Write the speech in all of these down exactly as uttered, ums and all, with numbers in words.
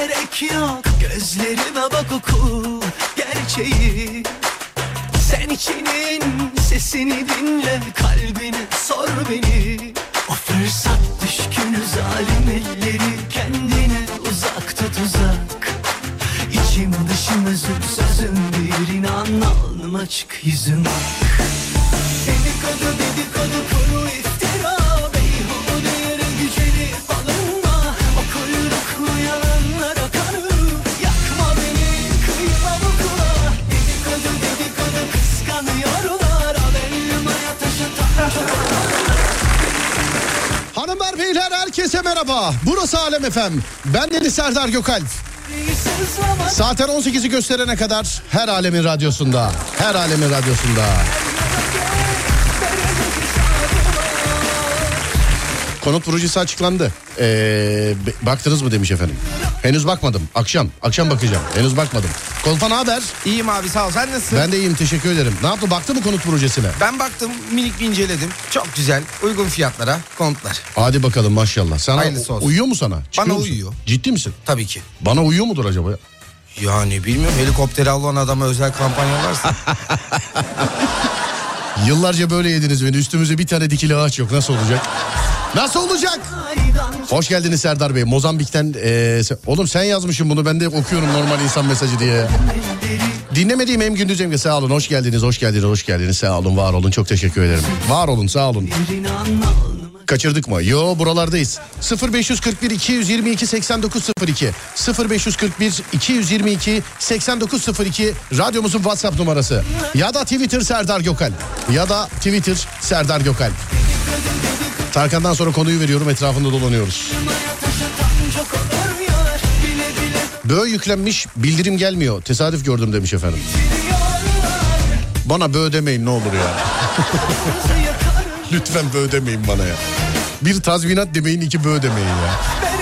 gerek yok. Gözlerime bak, oku gerçeği. Sen içinin sesini dinle, kalbine sor beni. O fırsat düşkünü zalim elleri kendine uzak tut, uzak. İçim dışım özüm sözüm bir, inan alnım açık yüzüm ak. Dedikodu dedikodu kuru iftira, beyhude yere gücenip alınma. O kuyruklu yalanlara kanım, yakma beni, kıyma bu kula. Dedikodu dedikodu kıskanıyorlar, al elmaya taşı taş. Hanımlar beyler herkese merhaba. Burası Alem F M. Ben Deniz Serdar Gökalp. Saatler on sekizi gösterene kadar her alemin radyosunda. Her alemin radyosunda. Konut projesi açıklandı. Ee, baktınız mı demiş efendim. Henüz bakmadım. Akşam. Akşam bakacağım. Henüz bakmadım. Kolpa ne haber? İyiyim abi, sağ ol. Sen nasılsın? Ben de iyiyim, teşekkür ederim. Ne yaptın? Baktın mı konut projesine? Ben baktım, minik bir inceledim. Çok güzel, uygun fiyatlara konutlar. Hadi bakalım maşallah. Sana hayırlısı olsun. Uyuyor mu sana? Çıkıyor Bana musun? uyuyor. Ciddi misin? Tabii ki. Bana uyuyor mudur acaba ya? Yani bilmiyorum, helikopteri alan adama özel kampanya varsa. Yıllarca böyle yediniz beni. Üstümüze bir tane dikili ağaç yok. Nasıl olacak? Nasıl olacak? Hoş geldiniz Serdar Bey. Mozambik'ten... Ee, oğlum sen yazmışsın bunu. Ben de okuyorum normal insan mesajı diye. Dinlemediğim hem gündüz hem de sağ olun. Hoş geldiniz, hoş geldiniz, hoş geldiniz. Sağ olun, var olun. Çok teşekkür ederim. Var olun, sağ olun. Kaçırdık mı? Yo, buralardayız. sıfır beş kırk bir iki yüz yirmi iki seksen dokuz sıfır iki sıfır beş kırk bir iki yüz yirmi iki seksen dokuz sıfır iki radyomuzun WhatsApp numarası. Ya da Twitter Serdar Gökalp. Ya da Twitter Serdar Gökalp. Tarkan'dan sonra konuyu veriyorum, etrafında dolanıyoruz. Böğ yüklenmiş, bildirim gelmiyor. Tesadüf gördüm demiş efendim. Bana böğ demeyin ne olur ya. Lütfen böğ demeyin bana ya. Bir tazminat demeyin, iki böğ demeyin ya.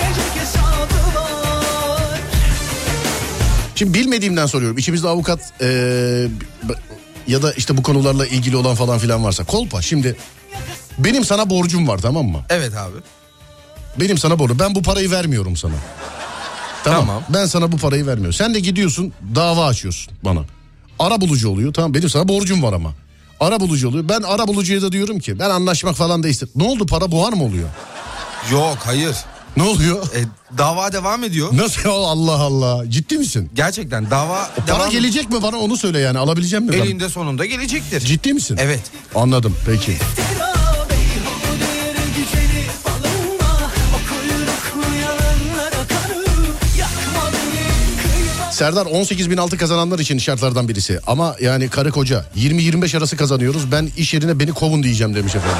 Şimdi bilmediğimden soruyorum. İçimizde avukat ee, ya da işte bu konularla ilgili olan falan filan varsa. Kolpa, şimdi benim sana borcum var, tamam mı? Evet abi. Benim sana borcum. Ben bu parayı vermiyorum sana. Tamam. Tamam. Ben sana bu parayı vermiyorum. Sen de gidiyorsun dava açıyorsun bana. Ara bulucu oluyor. Tamam, benim sana borcum var ama. Ara bulucu oluyor. Ben ara bulucuya da diyorum ki ben anlaşmak falan da istedim. Ne oldu, para buhar mı oluyor? Yok, hayır. Ne oluyor? E, dava devam ediyor. Nasıl ya, Allah Allah. Ciddi misin? Gerçekten dava O para devam... gelecek mi bana, onu söyle yani, alabileceğim mi ben? Elinde sonunda gelecektir. Ciddi misin? Evet. Anladım, peki. Serdar, on sekiz bin altı kazananlar için şartlardan birisi. Ama yani karı koca yirmi yirmi beş arası kazanıyoruz. Ben iş yerine beni kovun diyeceğim demiş efendim.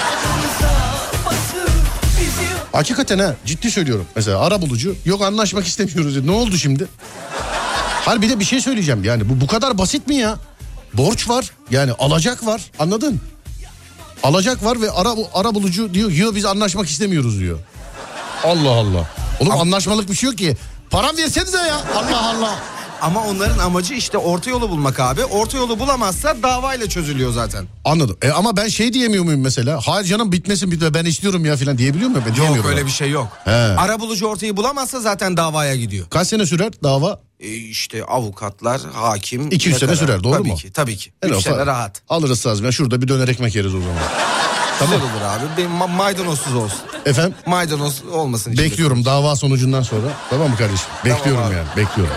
Hakikaten ha, ciddi söylüyorum. Mesela ara bulucu, yok anlaşmak istemiyoruz. Ne oldu şimdi? Hayır, bir de bir şey söyleyeceğim. Yani bu bu kadar basit mi ya? Borç var, yani alacak var, anladın? Alacak var ve ara ara bulucu diyor, yok biz anlaşmak istemiyoruz diyor. Allah Allah. Oğlum ama... anlaşmalık bir şey yok ki. Param versenize ya. Allah Allah. Ama onların amacı işte orta yolu bulmak abi. Orta yolu bulamazsa davayla çözülüyor zaten. Anladım. E ama ben şey diyemiyor muyum mesela? Hayır canım, bitmesin bitme, ben istiyorum ya falan diyebiliyor muyum? Ben yok, öyle bir şey yok. He. Arabulucu ortayı bulamazsa zaten davaya gidiyor. Kaç sene sürer dava? E işte avukatlar, hakim. iki yüz sene kadar? sürer, doğru tabii mu? Ki, tabii ki. üç üç sene rahat. Alırız lazım ya, şurada bir döner ekmek yeriz o zaman. Tamam olur abi. Benim ma- maydanozsuz olsun. Efendim? Maydanoz olmasın. Bekliyorum içinde. Dava sonucundan sonra. Tamam mı kardeşim? Bekliyorum tamam yani. Bekliyorum.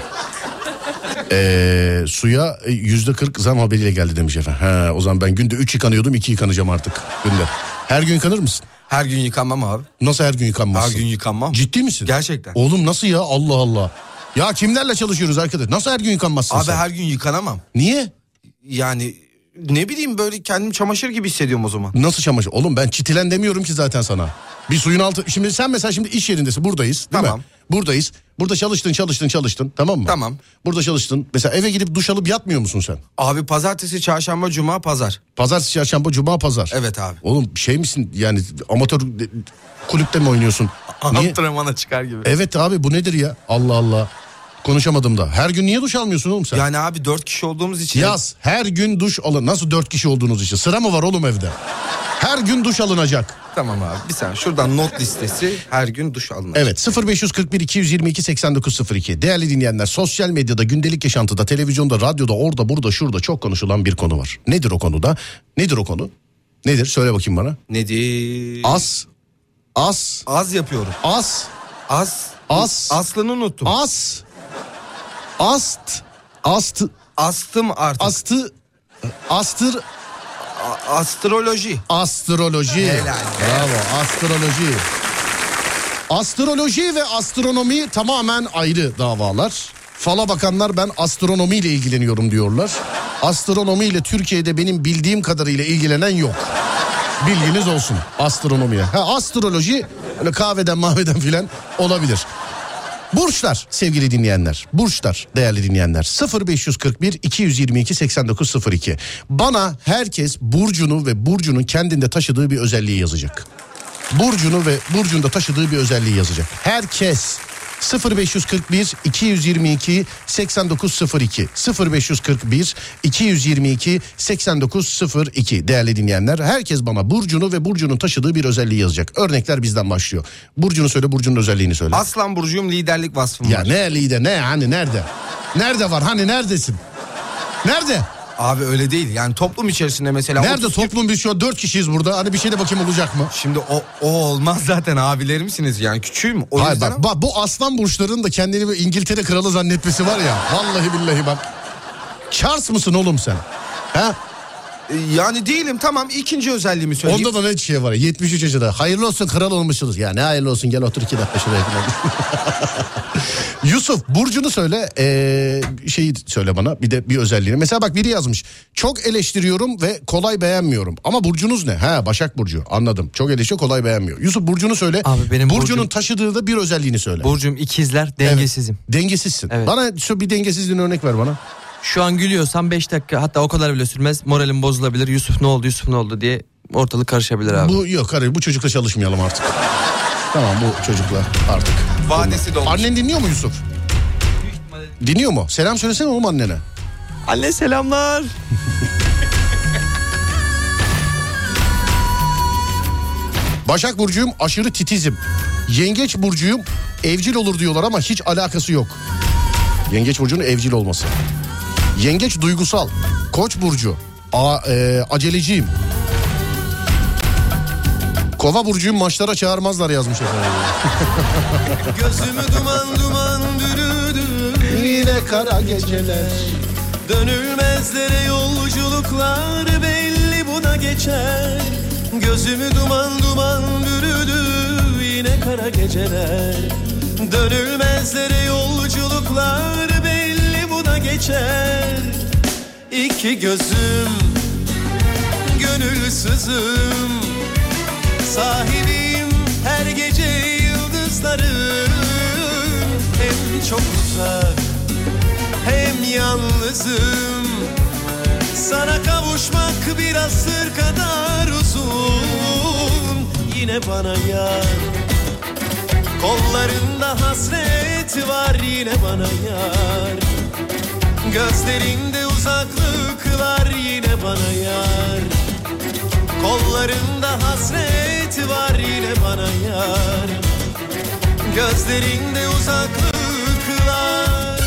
Ee, suya yüzde kırk zam haberiyle geldi demiş efendim. He, o zaman ben günde üç yıkanıyordum, iki yıkanacağım artık günde. Her gün yıkanır mısın? Her gün yıkanmam abi. Nasıl her gün yıkanmazsın? Her gün yıkanmam. Ciddi misin? Gerçekten. Oğlum nasıl ya, Allah Allah. Ya kimlerle çalışıyoruz arkadaş? Nasıl her gün yıkanmazsın abi sen? Abi her gün yıkanamam. Niye? Yani ne bileyim, böyle kendim çamaşır gibi hissediyorum o zaman. Nasıl çamaşır? Oğlum ben çitilen demiyorum ki zaten sana. Bir suyun altı... Şimdi sen mesela şimdi iş yerindesin, buradayız değil tamam. mi? Buradayız. Burada çalıştın çalıştın çalıştın, tamam mı? Tamam. Burada çalıştın. Mesela eve gidip duş alıp yatmıyor musun sen? Abi pazartesi, çarşamba, cuma, pazar. Pazartesi, çarşamba, cuma, pazar. Evet abi. Oğlum şey misin yani, amatör kulüpte mi oynuyorsun? Antrenmana çıkar gibi. Evet abi, bu nedir ya? Allah Allah. Konuşamadım da. Her gün niye duş almıyorsun oğlum sen? Yani abi dört kişi olduğumuz için. Yaz. Her gün duş alın. Nasıl dört kişi olduğunuz için? Sıra mı var oğlum evde? Her gün duş alınacak. Tamam abi bir saniye şuradan not listesi her gün duş alınır. Evet sıfır beş kırk bir iki yüz yirmi iki seksen dokuz sıfır iki. Değerli dinleyenler, sosyal medyada, gündelik yaşantıda, televizyonda, radyoda, orada, burada, şurada çok konuşulan bir konu var. Nedir o konuda? Nedir o konu? Nedir? Söyle bakayım bana. Nedir? Az. Az. Az yapıyorum. Az. Az. Az. Aslını unuttum. Az. Ast. Ast. Astım artık. Astı. Astır. A- astroloji. Astroloji. Helal. Bravo. Astroloji. Astroloji ve astronomi tamamen ayrı davalar. Fala bakanlar ben astronomiyle ilgileniyorum diyorlar. Astronomiyle Türkiye'de benim bildiğim kadarıyla ilgilenen yok. Bilginiz olsun astronomiye. Ha, astroloji öyle kahveden mahveden filan olabilir. Burçlar sevgili dinleyenler. Burçlar değerli dinleyenler. sıfır beş kırk bir iki yüz yirmi iki seksen dokuz sıfır iki. Bana herkes burcunu ve burcunun kendinde taşıdığı bir özelliği yazacak. Burcunu ve burcunda taşıdığı bir özelliği yazacak. Herkes. sıfır beş kırk bir iki yüz yirmi iki seksen dokuz sıfır iki sıfır beş kırk bir iki yüz yirmi iki seksen dokuz sıfır iki değerli dinleyenler, herkes bana burcunu ve burcunun taşıdığı bir özelliği yazacak. Örnekler bizden başlıyor. Burcunu söyle, burcunun özelliğini söyle. Aslan burcuyum, liderlik vasfım Ya var. ne lider, ne hani nerede? Nerede var, hani neredesin? Nerede? Abi öyle değil yani toplum içerisinde mesela. Nerede otuz toplum, biz şu an dört kişiyiz burada. Hani bir şey de bakayım olacak mı? Şimdi o, o olmaz zaten, abilerimsiniz yani, küçüğüm. O Hayır yüzden bak, ama... bak bu aslan burçlarının da kendini bir İngiltere kralı zannetmesi var ya. Vallahi billahi bak. Charles mısın oğlum sen? Ha? Yani değilim, tamam, ikinci özelliğimi söyleyeyim. Onda da ne şey var ya, yetmiş üç yaşında. Hayırlı olsun, kral olmuşsunuz. Ya ne hayırlı olsun, gel otur iki dakika şuraya. Yusuf burcunu söyle, ee, şeyi söyle bana bir de bir özelliğini. Mesela bak biri yazmış. Çok eleştiriyorum ve kolay beğenmiyorum. Ama burcunuz ne? Ha, Başak Burcu, anladım. Çok eleştiriyor, kolay beğenmiyor. Yusuf burcunu söyle. Abi benim burcunun burcum- taşıdığı da bir özelliğini söyle. Burcum ikizler, dengesizim. Evet, dengesizsin. Evet. Bana şu bir dengesizliğin örnek ver bana. Şu an gülüyorsam beş dakika, hatta o kadar bile sürmez, moralim bozulabilir. Yusuf ne oldu, Yusuf ne oldu diye ortalık karışabilir abi. Bu yok, hayır, bu çocukla çalışmayalım artık. Tamam, bu çocukla artık. Vadesi dolmuş. Annen dinliyor mu Yusuf? Dinliyor mu? Selam söylesene oğlum annene. Anne selamlar. Başak Burcu'yum, aşırı titizim. Yengeç Burcu'yum, evcil olur diyorlar ama hiç alakası yok. Yengeç Burcu'nun evcil olması. Yengeç duygusal. Koç Burcu, a, e, aceleciyim. Kova Burcu'yum, maçlara çağırmazlar yazmış efendim. Gözümü duman duman bürüdü. Yine kara geceler. Dönülmezlere yolculuklar belli buna geçer. Gözümü duman duman bürüdü. Yine kara geceler. Dönülmezlere yolculuklar belli buna geçer. İki gözüm gönülsüzüm. Sahibim her gece yıldızların. Hem çok uzak hem yalnızım. Sana kavuşmak bir asır kadar uzun. Yine bana yar. Kollarında hasret var, yine bana yar. Gözlerinde uzaklıklar, yine bana yar. Kollarında hasret var, yine bana yar. Gözlerinde uzaklıklar.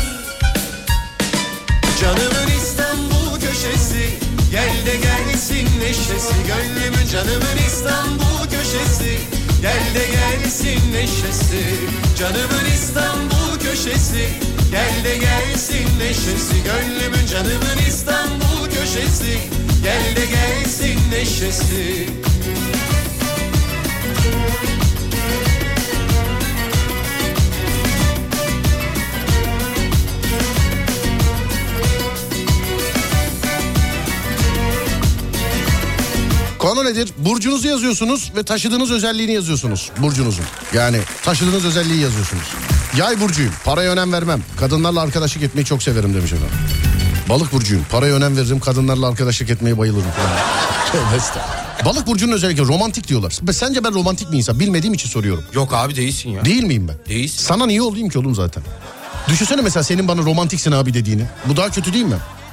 Canımın İstanbul köşesi, gel de gelsin neşesi. Gönlümün canımın İstanbul köşesi, gel de gelsin neşesi. Canımın İstanbul köşesi, gel de gelsin neşesi. Gönlümün canımın İstanbul köşesi, gel de gelsin neşesi. Konu nedir? Burcunuzu yazıyorsunuz ve taşıdığınız özelliğini yazıyorsunuz. Burcunuzun. Yani taşıdığınız özelliği yazıyorsunuz. Yay burcuyum. Paraya önem vermem. Kadınlarla arkadaşlık etmeyi çok severim demiş efendim. Balık burcuyum. Paraya önem veririm. Kadınlarla arkadaşlık etmeye bayılırım. Tövbe estağfurullah. Balık burcunun özellikle romantik diyorlar. Sence ben romantik bir insan? Bilmediğim için soruyorum. Yok abi değilsin ya. Değil miyim ben? Değilsin. Sana niye olayım ki oğlum zaten? Düşünsene mesela senin bana romantiksin abi dediğini. Bu daha kötü değil mi?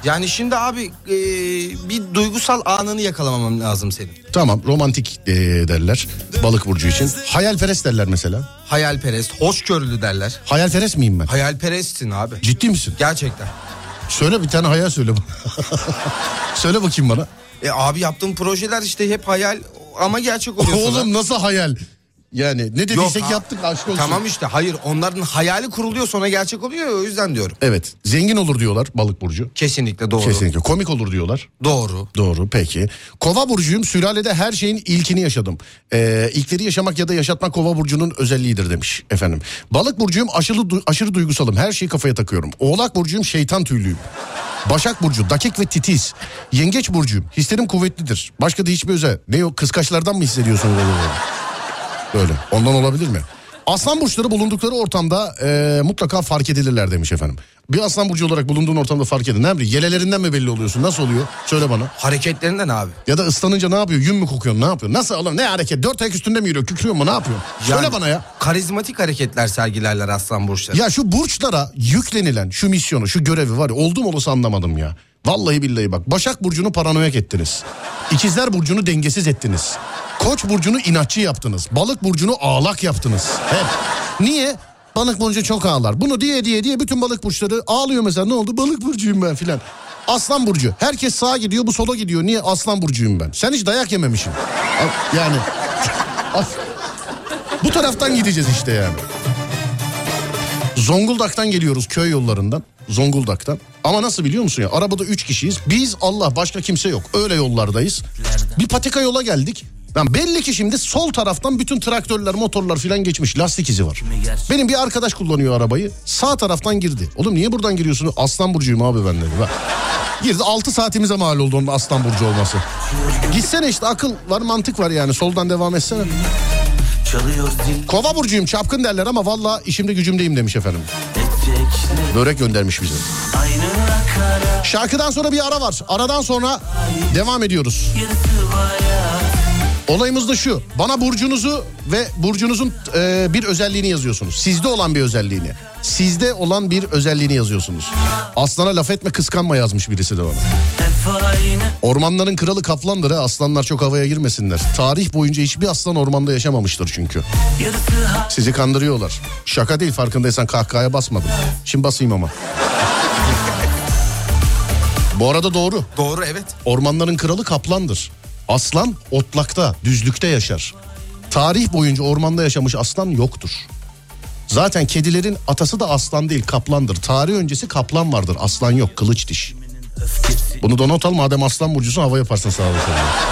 Yani şimdi abi e, bir duygusal anını yakalamam lazım senin. Tamam, romantik e, derler balık burcu için. Hayalperest derler mesela. Hayalperest, hoşgörülü derler. Hayalperest miyim ben? Hayalperestsin abi. Ciddi misin? Gerçekten. Söyle bir tane hayal söyle bana. Söyle bakayım bana. E abi yaptığım projeler işte hep hayal ama gerçek oluyor sonra. Oğlum nasıl hayal? Yani ne dediysek Yok, yaptık, aşk olsun. Tamam işte, hayır, onların hayali kuruluyor sonra gerçek oluyor ya, o yüzden diyorum. Evet, zengin olur diyorlar balık burcu. Kesinlikle doğru. Kesinlikle komik olur diyorlar. Doğru. Doğru, peki. Kova burcuyum, sülalede her şeyin ilkini yaşadım. Ee, ilkleri yaşamak ya da yaşatmak kova burcunun özelliğidir demiş efendim. Balık burcuyum, aşırı, aşırı duygusalım, her şeyi kafaya takıyorum. Oğlak burcuyum, şeytan tüylüyüm. Başak burcu dakik ve titiz. Yengeç burcuyum, hislerim kuvvetlidir. Başka da hiçbir özel. Ne o, kıskaçlardan mı hissediyorsunuz böyle? Böyle. Ondan olabilir mi? Aslan burçları bulundukları ortamda e, mutlaka fark edilirler demiş efendim. Bir aslan burcu olarak bulunduğun ortamda fark edin. Ne bileyim, yelelerinden mi belli oluyorsun? Nasıl oluyor? Söyle bana. Hareketlerinden abi. Ya da ıslanınca ne yapıyor? Yün mü kokuyorsun? Ne yapıyor? Nasıl oğlum? Ne hareket? Dört ayak üstünde mi yürüyor? Kükrüyor mu? Ne yapıyor? Söyle Yani, bana ya. Karizmatik hareketler sergilerler aslan burçları. Ya şu burçlara yüklenilen şu misyonu, şu görevi var ya, oldum olası anlamadım ya. Vallahi billahi bak. Başak burcunu paranoyak ettiniz. İkizler burcunu dengesiz ettiniz. Koç burcunu inatçı yaptınız. Balık burcunu ağlak yaptınız. Hep. Niye? Balık burcu çok ağlar. Bunu diye diye diye bütün balık burçları ağlıyor mesela. Ne oldu? Balık burcuyum ben filan. Aslan burcu. Herkes sağa gidiyor, bu sola gidiyor. Niye? Aslan burcuyum ben. Sen hiç dayak yememişsin. Yani. Bu taraftan gideceğiz işte yani. Zonguldak'tan geliyoruz, köy yollarından. Zonguldak'tan. Ama nasıl biliyor musun ya? Arabada üç kişiyiz. Biz, Allah, başka kimse yok. Öyle yollardayız. Bir patika yola geldik. Yani belli ki şimdi sol taraftan bütün traktörler, motorlar filan geçmiş. Lastik izi var. Benim bir arkadaş kullanıyor arabayı. Sağ taraftan girdi. Oğlum niye buradan giriyorsun? Aslan burcuyum abi ben dedi. Bak. Girdi, altı saatimize mal oldu onun aslan burcu olması. Gitsene işte, akıl var, mantık var yani. Soldan devam etsene. Kova burcuyum, çapkın derler ama valla işimde gücümdeyim demiş efendim. Börek göndermiş bize. Şarkıdan sonra bir ara var. Aradan sonra devam ediyoruz. Olayımız da şu. Bana burcunuzu ve burcunuzun e, bir özelliğini yazıyorsunuz. Sizde olan bir özelliğini. Sizde olan bir özelliğini yazıyorsunuz. Aslana laf etme, kıskanma yazmış birisi de bana. Ormanların kralı kaplandır ha. Aslanlar çok havaya girmesinler. Tarih boyunca hiçbir aslan ormanda yaşamamıştır çünkü. Sizi kandırıyorlar. Şaka değil, farkındaysan kahkahaya basmadım. Şimdi basayım ama. Bu arada doğru. Doğru, evet. Ormanların kralı kaplandır. Aslan otlakta, düzlükte yaşar. Tarih boyunca ormanda yaşamış aslan yoktur. Zaten kedilerin atası da aslan değil, kaplandır. Tarih öncesi kaplan vardır, aslan yok, kılıç diş. Bunu da not al, madem aslan burcusu hava yaparsın sağ olasın.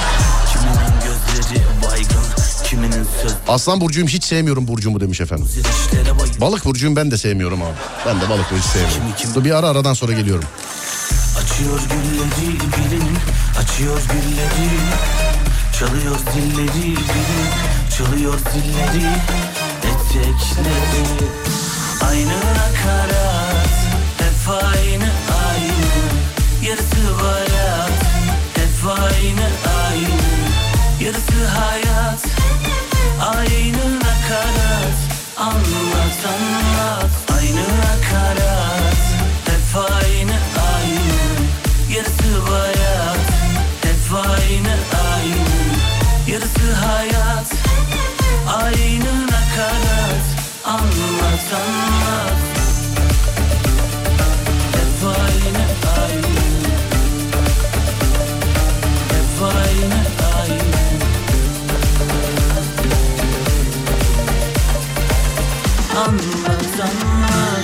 Aslan burcuyum, hiç sevmiyorum burcumu demiş efendim. Balık burcuyum, ben de sevmiyorum abi. Ben de balık burcu sevmiyorum. Dur bir ara, aradan sonra geliyorum. Açıyor gülleri birinin, açıyor gülleri, çalıyor zilleri birinin, çalıyor zilleri, etekleri aynı nakarat, hep aynı aynı, yarısı bayat, hep aynı aynı, yarısı hayat, aynı nakarat, anlat anlat, aynı nakarat, hep aynı aynı, yarısı bayat, hep aynı aynı, yarısı hayat, aynı nakarat, anlat anlat, hep aynı aynı, hep aynı aynı, anlat anlat.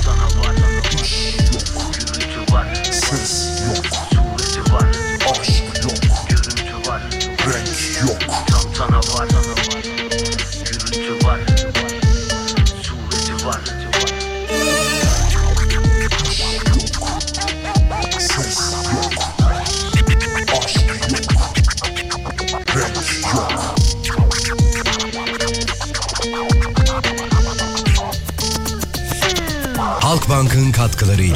Ses yok, sureti var, aşk yok, görüntü var, renk yok, tantana var, gürültü var, sureti var, ses yok, aşk yok, renk yok. Halkbank'ın katkılarıyla.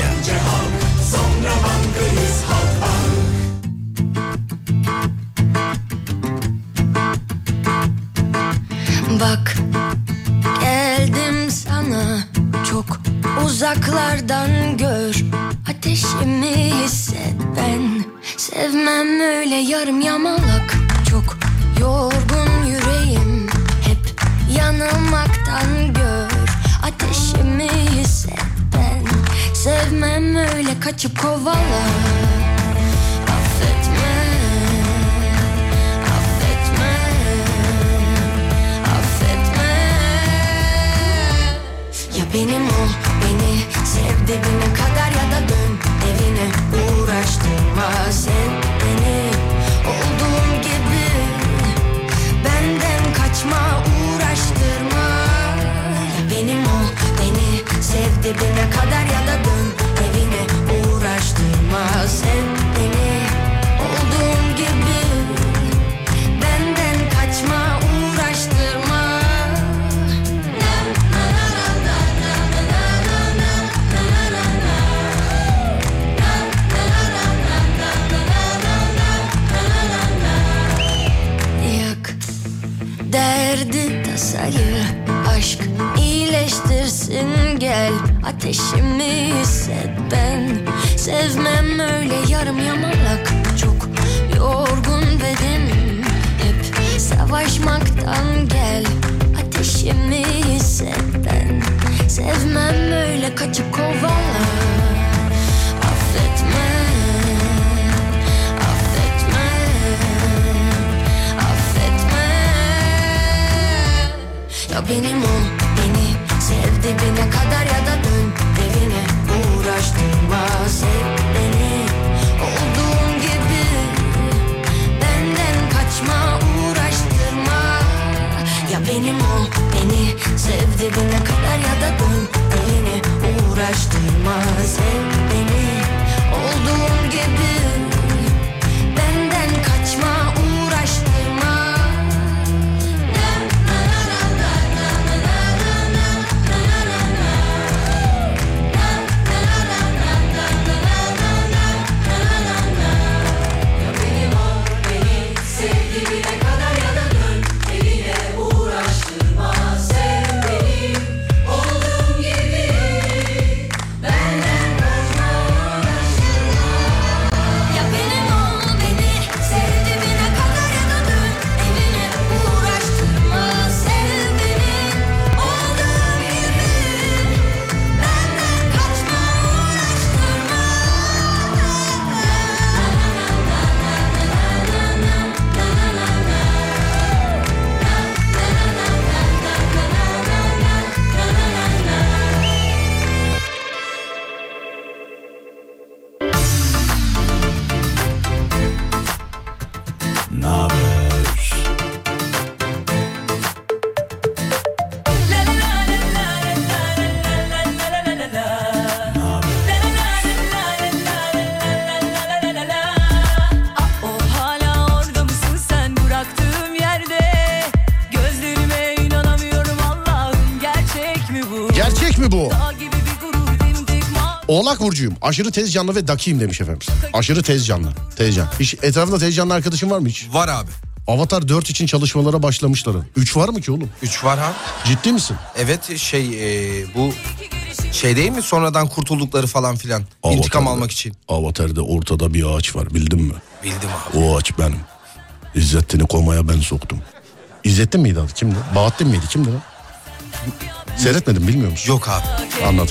Bak geldim sana, çok uzaklardan gör. Ateşi ateşimi hisset ben. Sevmem öyle yarım yamalak. Çok yorgun yüreğim, hep yanılmaktan gör. Ateşimi hisset ben. Sevmem öyle kaçıp kovala. Affetme, affetme, affetme. Ya benim ol, beni sev dibine kadar ya da dön evine. Uğraştırma sen beni olduğum gibi. Benden kaçma, uğraştırma. Ya benim ol, beni sev dibine kadar ya da dön evine. Uğraştırma sen beni olduğum gibi. Benden kaçma, uğraştırma. Yak derdi tasayı, aşk iyileştirsin gel. Ateşimi hisset ben. Sevmem öyle yarım yamalak. Çok yorgun bedenim, hep savaşmaktan gel. Ateşimi hisset ben. Sevmem öyle kaçıp kovala. Affetme, affetme, affetme. Ya benim ol, beni sev dibine kadar ya da dön evine. Uğraştırma sev beni olduğum gibi. Benden kaçma, uğraştırma. Ya benim ol, beni sev dibine kadar ya da dön evine. Uğraştırma sev beni olduğum gibi. Benden kaçma, uğraştırma. Oğlak burcuyum. Aşırı tez canlı ve dakiyim demiş efendim. Aşırı tez canlı. Tez can. Hiç etrafında tez canlı arkadaşın var mı hiç? Var abi. Avatar dört için çalışmalara başlamışlar. üç var mı ki oğlum? üç var ha. Ciddi misin? Evet şey e, bu şey değil mi sonradan kurtuldukları falan filan. Avatar'da, İntikam almak için. Avatar'da ortada bir ağaç var, bildin mi? Bildim abi. O ağaç benim. İzzettin'i komaya ben soktum. İzzettin miydi adı? Kimdi? Bahattin miydi? Kimdi lan? Seyretmedim, bilmiyor musun? Yok abi. Anladım.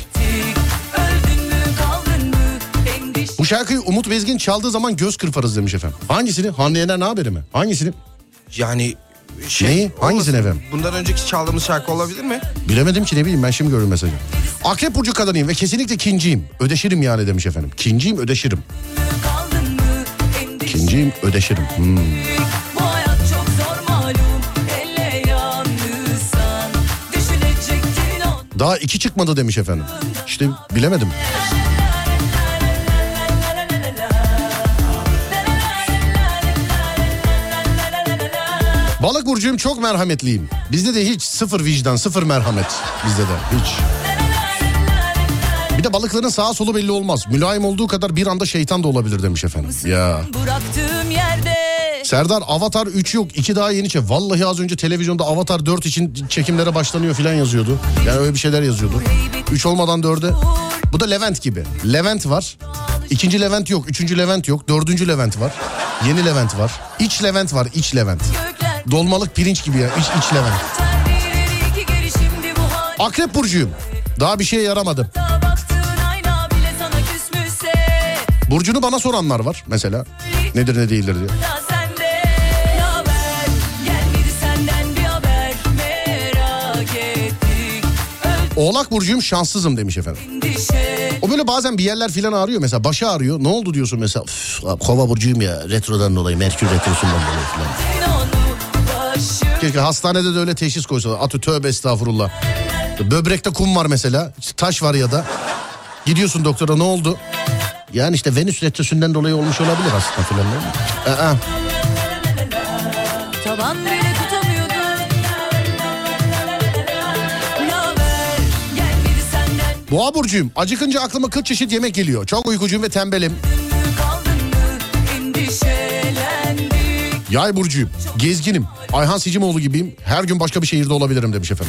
Bu şarkıyı Umut Bezgin çaldığı zaman göz kırparız demiş efendim. Hangisini? Hande Yener ne haberi mi? Hangisini? Yani şey... Neyi? Hangisini efendim? Bundan önceki çaldığımız şarkı olabilir mi? Bilemedim ki, ne bileyim, ben şimdi gördüm mesajı. Akrep burcu kadınıyım ve kesinlikle kinciyim. Ödeşirim yani demiş efendim. Kinciyim, ödeşirim. Kinciyim, ödeşirim. Hmm. Daha iki çıkmadı demiş efendim. İşte bilemedim. Balık burcuyum, çok merhametliyim. Bizde de hiç sıfır vicdan, sıfır merhamet. Bizde de hiç. Bir de balıkların sağa solu belli olmaz. Mülayim olduğu kadar bir anda şeytan da olabilir demiş efendim. Ya. Serdar, Avatar üç yok, iki daha yeni çek. Vallahi az önce televizyonda Avatar dört için çekimlere başlanıyor filan yazıyordu. Yani öyle bir şeyler yazıyordu. üç olmadan dörde. Bu da Levent gibi. Levent var. İkinci Levent yok, üçüncü Levent yok, dördüncü Levent var. Yeni Levent var. İç Levent var, iç Levent. Dolmalık pirinç gibi ya, iç, iç Levent. Akrep burcuyum. Daha bir şeye yaramadım. Burcunu bana soranlar var mesela. Nedir ne değildir diye. Oğlak burcuyum, şanssızım demiş efendim. O böyle bazen bir yerler filan ağrıyor mesela, başı ağrıyor. Ne oldu diyorsun mesela? Kova burcuyum ya, retrodan dolayı, Merkür retrosundan dolayı filan. Keşke hastanede de öyle teşhis koysalar. Atı tövbe estağfurullah. Böbrekte kum var mesela, taş var ya da. Gidiyorsun doktora, ne oldu? Yani işte Venüs retrosundan dolayı olmuş olabilir aslında filan. Aa. Taban beni tutamıyordu. Boğa burcuyum. Acıkınca aklıma kırk çeşit yemek geliyor. Çok uykucuyum ve tembelim. Yay burcuyum. Gezginim. Ayhan Sicimoğlu gibiyim. Her gün başka bir şehirde olabilirim demiş efendim.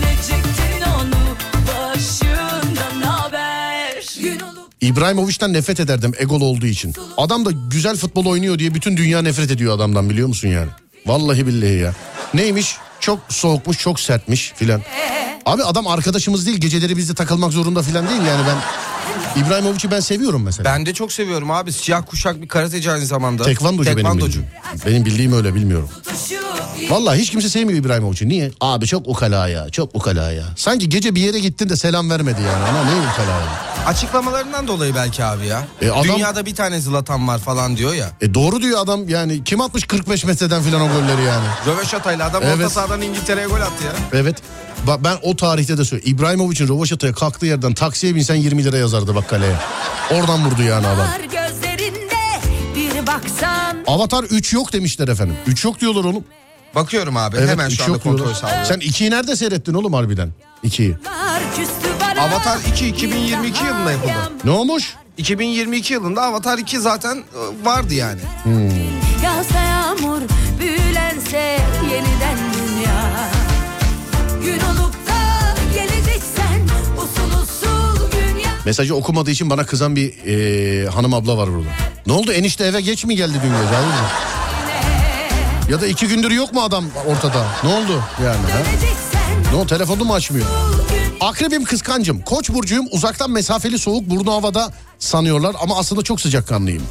İbrahimovic'den nefret ederdim egolu olduğu için. Adam da güzel futbol oynuyor diye bütün dünya nefret ediyor adamdan, biliyor musun yani? Vallahi billahi ya. Neymiş? Çok soğukmuş, çok sertmiş filan. Abi adam arkadaşımız değil, geceleri bizde takılmak zorunda filan değil yani. Ben İbrahimovic'i ben seviyorum mesela. Ben de çok seviyorum abi. Siyah kuşak bir karateci aynı zamanda. Tekvandocu, Tekvandocu. benim bildiğim. Benim bildiğim öyle, bilmiyorum. Vallahi hiç kimse sevmiyor İbrahimovic'i. Niye? Abi çok ukala ya, çok ukala ya. Sanki gece bir yere gittin de selam vermedi yani. Ama ne ukala ya. Açıklamalarından dolayı belki abi ya. E adam, dünyada bir tane Zlatan var falan diyor ya. E doğru diyor adam yani. Kim atmış kırk beş metreden filan o golleri yani. Röveşatayla adam evet. Orta sahadan İngiltere'ye gol attı ya. Evet. Bak ben o tarihte de söylüyorum. İbrahimovic'in röveşataya kalktığı yerden taksiye binsen yirmi lira yazardı bak kaleye. Oradan vurdu yani adam. Bir baksan. Avatar üç yok demişler efendim. üç yok diyorlar oğlum. Bakıyorum abi, evet, hemen şu anda kontrol sağlıyorum. Sen ikiyi nerede seyrettin oğlum harbiden? ikiyi. Avatar iki iki bin yirmi iki yılında yapıldı. Ne olmuş? iki bin yirmi iki yılında Avatar iki zaten vardı yani. Hmm. Yağsa yağmur, büyülense yeniden dünya. Gün olup da geleceksen usul usul dünya. Mesajı okumadığı için bana kızan bir e, hanım abla var burada. Ne oldu, enişte eve geç mi geldi dün gece? Hayır mı? Ya da iki gündür yok mu adam ortada? Ne oldu yani? Ha? Ne oldu, telefonunu mu açmıyor? Akrebim, kıskancım. Koç burcuyum, uzaktan mesafeli, soğuk, burnu havada sanıyorlar ama aslında çok sıcakkanlıyım.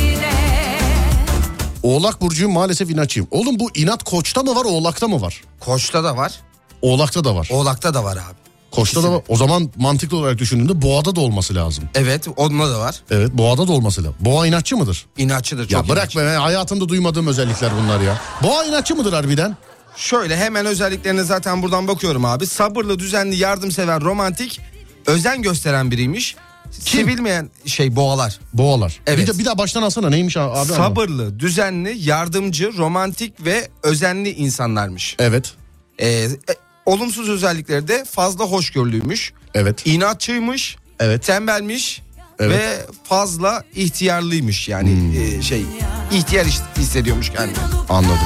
Oğlak burcuyum, maalesef inatçıyım. Oğlum bu inat Koç'ta mı var, Oğlak'ta mı var? Koç'ta da var. Oğlak'ta da var. Oğlak'ta da var abi. Koç'ta da var. O zaman mantıklı olarak düşündüğünde Boğa'da da olması lazım. Evet, onunla da var. Evet, Boğa'da da olması lazım. Boğa inatçı mıdır? İnatçıdır, çok Ya bırak inatçı. be, hayatımda duymadığım özellikler bunlar ya. Boğa inatçı mıdır harbiden? Şöyle hemen özelliklerine zaten buradan bakıyorum abi. Sabırlı, düzenli, yardımsever, romantik, özen gösteren biriymiş. Kim? Sevilmeyen şey boğalar. Boğalar. Evet. Bir, de, bir daha baştan alsana, neymiş abi? Sabırlı, ama? düzenli, yardımcı, romantik ve özenli insanlarmış. Evet. Ee, e, olumsuz özellikleri de fazla hoşgörülüymüş. Evet. İnatçıymış. Evet. Tembelmiş. Evet. Ve fazla ihtiyarlıymış yani hmm. e, şey ihtiyar hissediyormuş kendini. Anladım.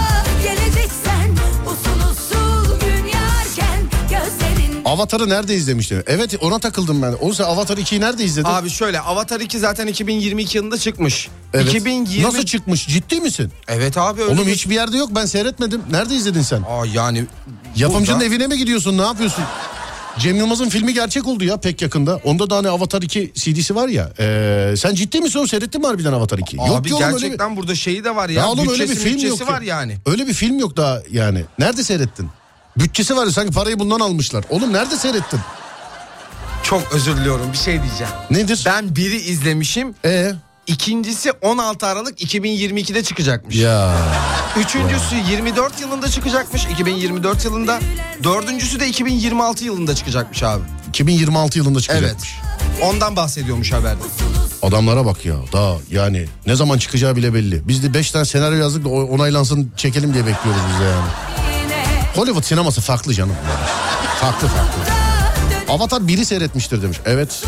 Avatar'ı nerede izlemiştin? Evet, ona takıldım ben. Oğlum sen Avatar ikiyi nerede izledin? Abi şöyle, Avatar iki zaten iki bin yirmi iki yılında çıkmış. Evet. iki bin yirmi... Nasıl çıkmış? Ciddi misin? Evet abi. Öyle Oğlum bir... hiçbir yerde yok, ben seyretmedim. Nerede izledin sen? Aa yani. Yapımcının burada... evine mi gidiyorsun, ne yapıyorsun? Cem Yılmaz'ın filmi gerçek oldu ya pek yakında. Onda da hani Avatar iki C D'si var ya. Ee, sen ciddi misin, o seyrettin mi harbiden Avatar iki? Abi yok ki oğlum, gerçekten öyle bir... burada şeyi de var ya. Ya oğlum bütçesi, öyle bir film yok var ya. yani. Öyle bir film yok daha yani. Nerede seyrettin? Bütçesi var ya, sanki parayı bundan almışlar. Oğlum nerede seyrettin? Çok özür diliyorum, bir şey diyeceğim. Nedir? Ben biri izlemişim. Ee? İkincisi on altı Aralık iki bin yirmi ikide çıkacakmış. Ya. Üçüncüsü ya. yirmi dört yılında çıkacakmış, iki bin yirmi dört yılında. Dördüncüsü de iki bin yirmi altı yılında çıkacakmış abi. iki bin yirmi altı yılında çıkacakmış. Evet. Ondan bahsediyormuş haberde. Adamlara bak ya, daha yani ne zaman çıkacağı bile belli. Biz de beş tane senaryo yazdık da onaylansın çekelim diye bekliyoruz biz de yani. Hollywood sineması farklı canım. Farklı farklı. Avatar biri seyretmiştir demiş. Evet.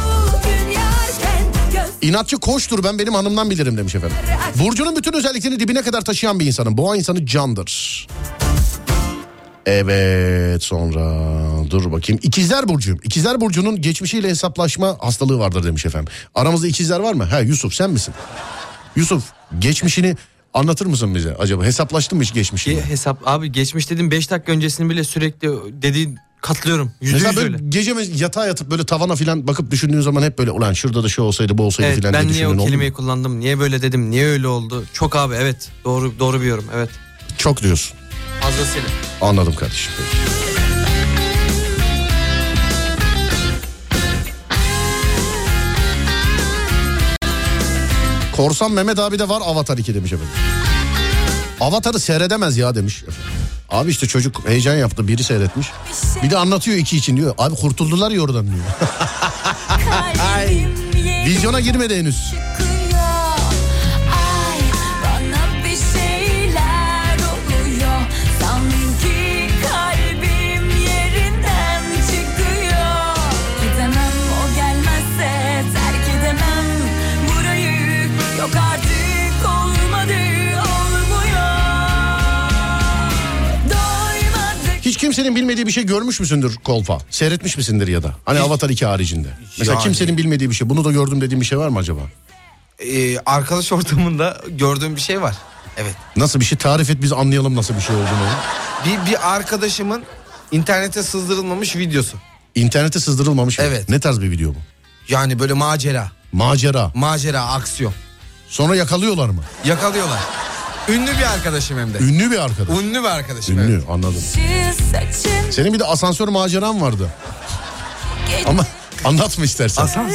İnatçı Koç'tur, ben benim hanımdan bilirim demiş efendim. Burcu'nun bütün özelliklerini dibine kadar taşıyan bir insanım. Boğa insanı candır. Evet, sonra dur bakayım. İkizler Burcu'yum. İkizler Burcu'nun geçmişiyle hesaplaşma hastalığı vardır demiş efendim. Aramızda ikizler var mı? He, Yusuf sen misin? Yusuf, geçmişini anlatır mısın bize acaba? Hesaplaştın mı hiç geçmişini? Bir hesap abi, geçmiş dedim beş dakika öncesini bile sürekli dediğin katılıyorum. Yüzde Mesela yüz böyle öyle. gece yatağa yatıp böyle tavana falan bakıp düşündüğün zaman hep böyle ulan şurada da şu olsaydı bu olsaydı Evet, falan ben diye niye o düşündün, kelimeyi oldu mu? kullandım? Niye böyle dedim? Niye öyle oldu? Çok abi, evet. Doğru doğru bir yorum. Evet. Çok diyorsun. Fazlasıyla. Anladım kardeşim. Korsan Mehmet abi de var Avatar iki demiş efendim. Avatar'ı seyredemez ya demiş efendim. Abi işte çocuk heyecan yaptı, biri seyretmiş. Bir de anlatıyor iki için diyor. Abi kurtuldular ya oradan diyor. Vizyona girmedi henüz. Hiç kimsenin bilmediği bir şey görmüş müsündür Kolpa? Seyretmiş misindir ya da? Hani Avatar iki haricinde. Mesela Yani. kimsenin bilmediği bir şey. Bunu da gördüm dediğim bir şey var mı acaba? Ee, arkadaş ortamında gördüğüm bir şey var. Evet. Nasıl bir şey? Tarif et, biz anlayalım nasıl bir şey olduğunu. Bir, bir arkadaşımın internete sızdırılmamış videosu. İnternete sızdırılmamış mı? Evet. Ne tarz bir video bu? Yani böyle macera. Macera. Macera, aksiyon. Sonra yakalıyorlar mı? Yakalıyorlar. Ünlü bir arkadaşım hem de. Ünlü bir arkadaş. Ünlü bir arkadaşım. Ünlü, evet. anladım. Senin bir de asansör maceran vardı. Ama anlatma istersen. Asansör.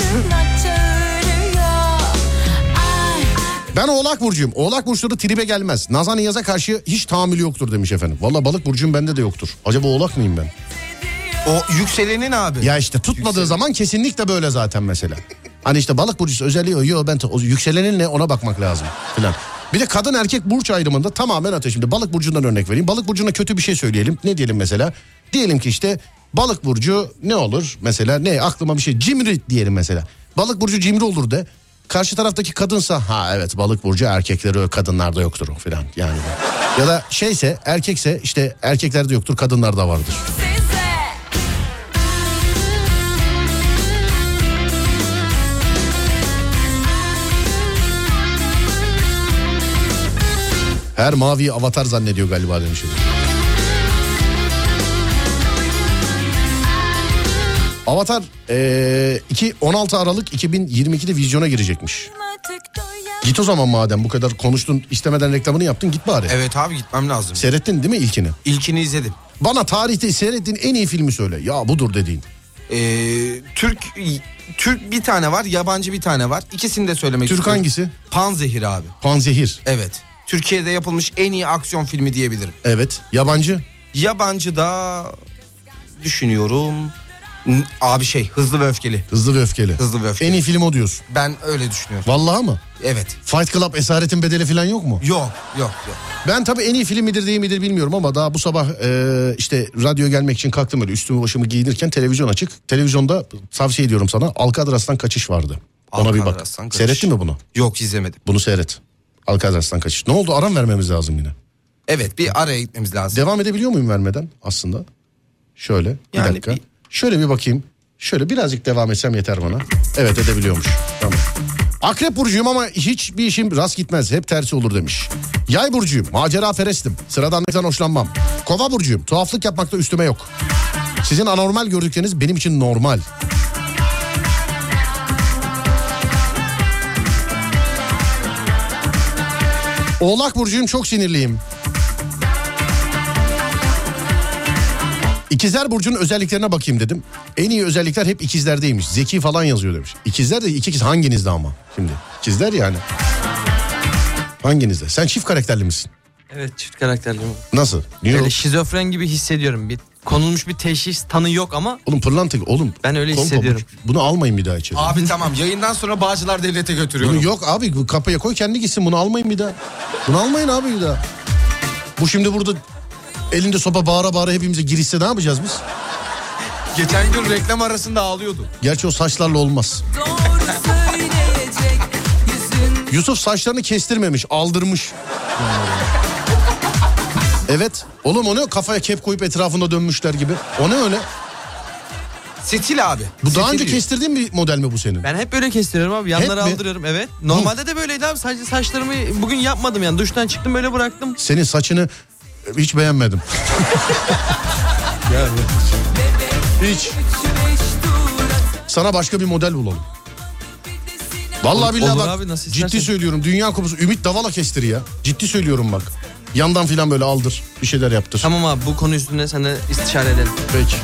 Ben Oğlak Burcu'yum. Oğlak Burçları tribe gelmez. Nazan Niyaz'a karşı hiç tahammülü yoktur demiş efendim. Valla Balık Burcu'm bende de yoktur. Acaba Oğlak mıyım ben? O yükselenin abi. Ya işte tutmadığı Yükselen. zaman kesinlikle böyle zaten mesela. Hani işte Balık Burcu'su özelliği yok, ben o yükselenin ne ona bakmak lazım filan. Bir de kadın erkek burç ayrımında tamamen ateş. Şimdi Balık Burcu'ndan örnek vereyim. Balık Burcu'na kötü bir şey söyleyelim. Ne diyelim mesela? Diyelim ki işte Balık Burcu ne olur? Mesela ne, aklıma bir şey, cimri diyelim mesela. Balık Burcu cimri olur de. Karşı taraftaki kadınsa ha evet Balık Burcu erkekleri kadınlarda yoktur o filan yani. Ya da şeyse erkekse işte erkeklerde yoktur kadınlarda vardır. Her maviyi Avatar zannediyor galiba demiş. Avatar ee, iki, on altı Aralık iki bin yirmi ikide vizyona girecekmiş. Git o zaman madem bu kadar konuştun, istemeden reklamını yaptın, git bari. Evet abi, gitmem lazım. Seyrettin değil mi ilkini? İlkini izledim. Bana tarihte seyrettiğin en iyi filmi söyle. Ya budur dediğin. Ee, Türk Türk bir tane var, yabancı bir tane var. İkisini de söylemek Türk istiyorum. hangisi? Panzehir abi. Panzehir. Evet. Türkiye'de yapılmış en iyi aksiyon filmi diyebilirim. Evet. Yabancı? Yabancı da düşünüyorum. N- Abi şey, Hızlı ve Öfkeli. Hızlı ve Öfkeli. Hızlı ve Öfkeli. En iyi film o diyorsun. Ben öyle düşünüyorum. Vallahi mı? Evet. Fight Club, Esaretin Bedeli falan yok mu? Yok yok yok. Ben tabii en iyi film midir değil midir bilmiyorum ama daha bu sabah e, işte radyoya gelmek için kalktım, öyle üstümü başımı giyinirken televizyon açık. Televizyonda tavsiye ediyorum sana, Alcatraz'tan Kaçış vardı. Ona bir bak. Alcatraz'tan Kaçış. Seyrettin mi bunu? Yok, izlemedim. Bunu seyret. Alcatraz'tan Kaçış. Ne oldu, aram vermemiz lazım yine. Evet, bir araya gitmemiz lazım. Devam edebiliyor muyum vermeden aslında? Şöyle bir Yani dakika. bir- Şöyle bir bakayım. Şöyle birazcık devam etsem yeter bana. Evet, edebiliyormuş. Tamam. Akrep burcuyum ama hiçbir işim rast gitmez. Hep tersi olur demiş. Yay burcuyum. Macera ferestim. Sıradanlıktan hoşlanmam. Kova burcuyum. Tuhaflık yapmakta üstüme yok. Sizin anormal gördükleriniz benim için normal. Oğlak burcuyum, çok sinirliyim. İkizler Burcu'nun özelliklerine bakayım dedim. En iyi özellikler hep ikizlerdeymiş. Zeki falan yazıyor demiş. İkizler de iki ikiz hanginizde ama şimdi? İkizler yani. Hanginizde? Sen çift karakterli misin? Evet, çift karakterli. Nasıl? Niye Böyle o- şizofren gibi hissediyorum. Bir konulmuş bir teşhis, tanı yok ama Oğlum pırlanta oğlum. ben öyle Kolpa, hissediyorum. bu- Bunu almayın bir daha içeri. Abi tamam, yayından sonra Bağcılar Devlet'e götürüyorum. Bunu yok abi, bu kapıya koy kendi gitsin, bunu almayın bir daha. Bunu almayın abi bir daha. Bu şimdi burada elinde sopa bağıra bağıra hepimize girişse ne yapacağız biz? Geçen gün reklam arasında ağlıyordu. Gerçi o saçlarla olmaz. Yusuf saçlarını kestirmemiş, aldırmış. Evet. Oğlum o ne? Kafaya kep koyup etrafında dönmüşler gibi. O ne öyle? Stil abi. Bu daha Stil önce diyor. kestirdiğin bir model mi bu senin? Ben hep böyle kestiriyorum abi. Yanları Hep mi? aldırıyorum evet. Normalde de böyleydi abi. Sadece saçlarımı bugün yapmadım yani. Duştan çıktım böyle bıraktım. Senin saçını hiç beğenmedim. Yani. Hiç. Sana başka bir model bulalım. Vallahi Olur- billahi olur bak. abi, nasıl Ciddi istersen. söylüyorum. Dünya Kupası Ümit Davala kestir ya. Ciddi söylüyorum bak. Yandan filan böyle aldır. Bir şeyler yaptır. Tamam abi bu konu üstünde seninle istişare edelim. Peki.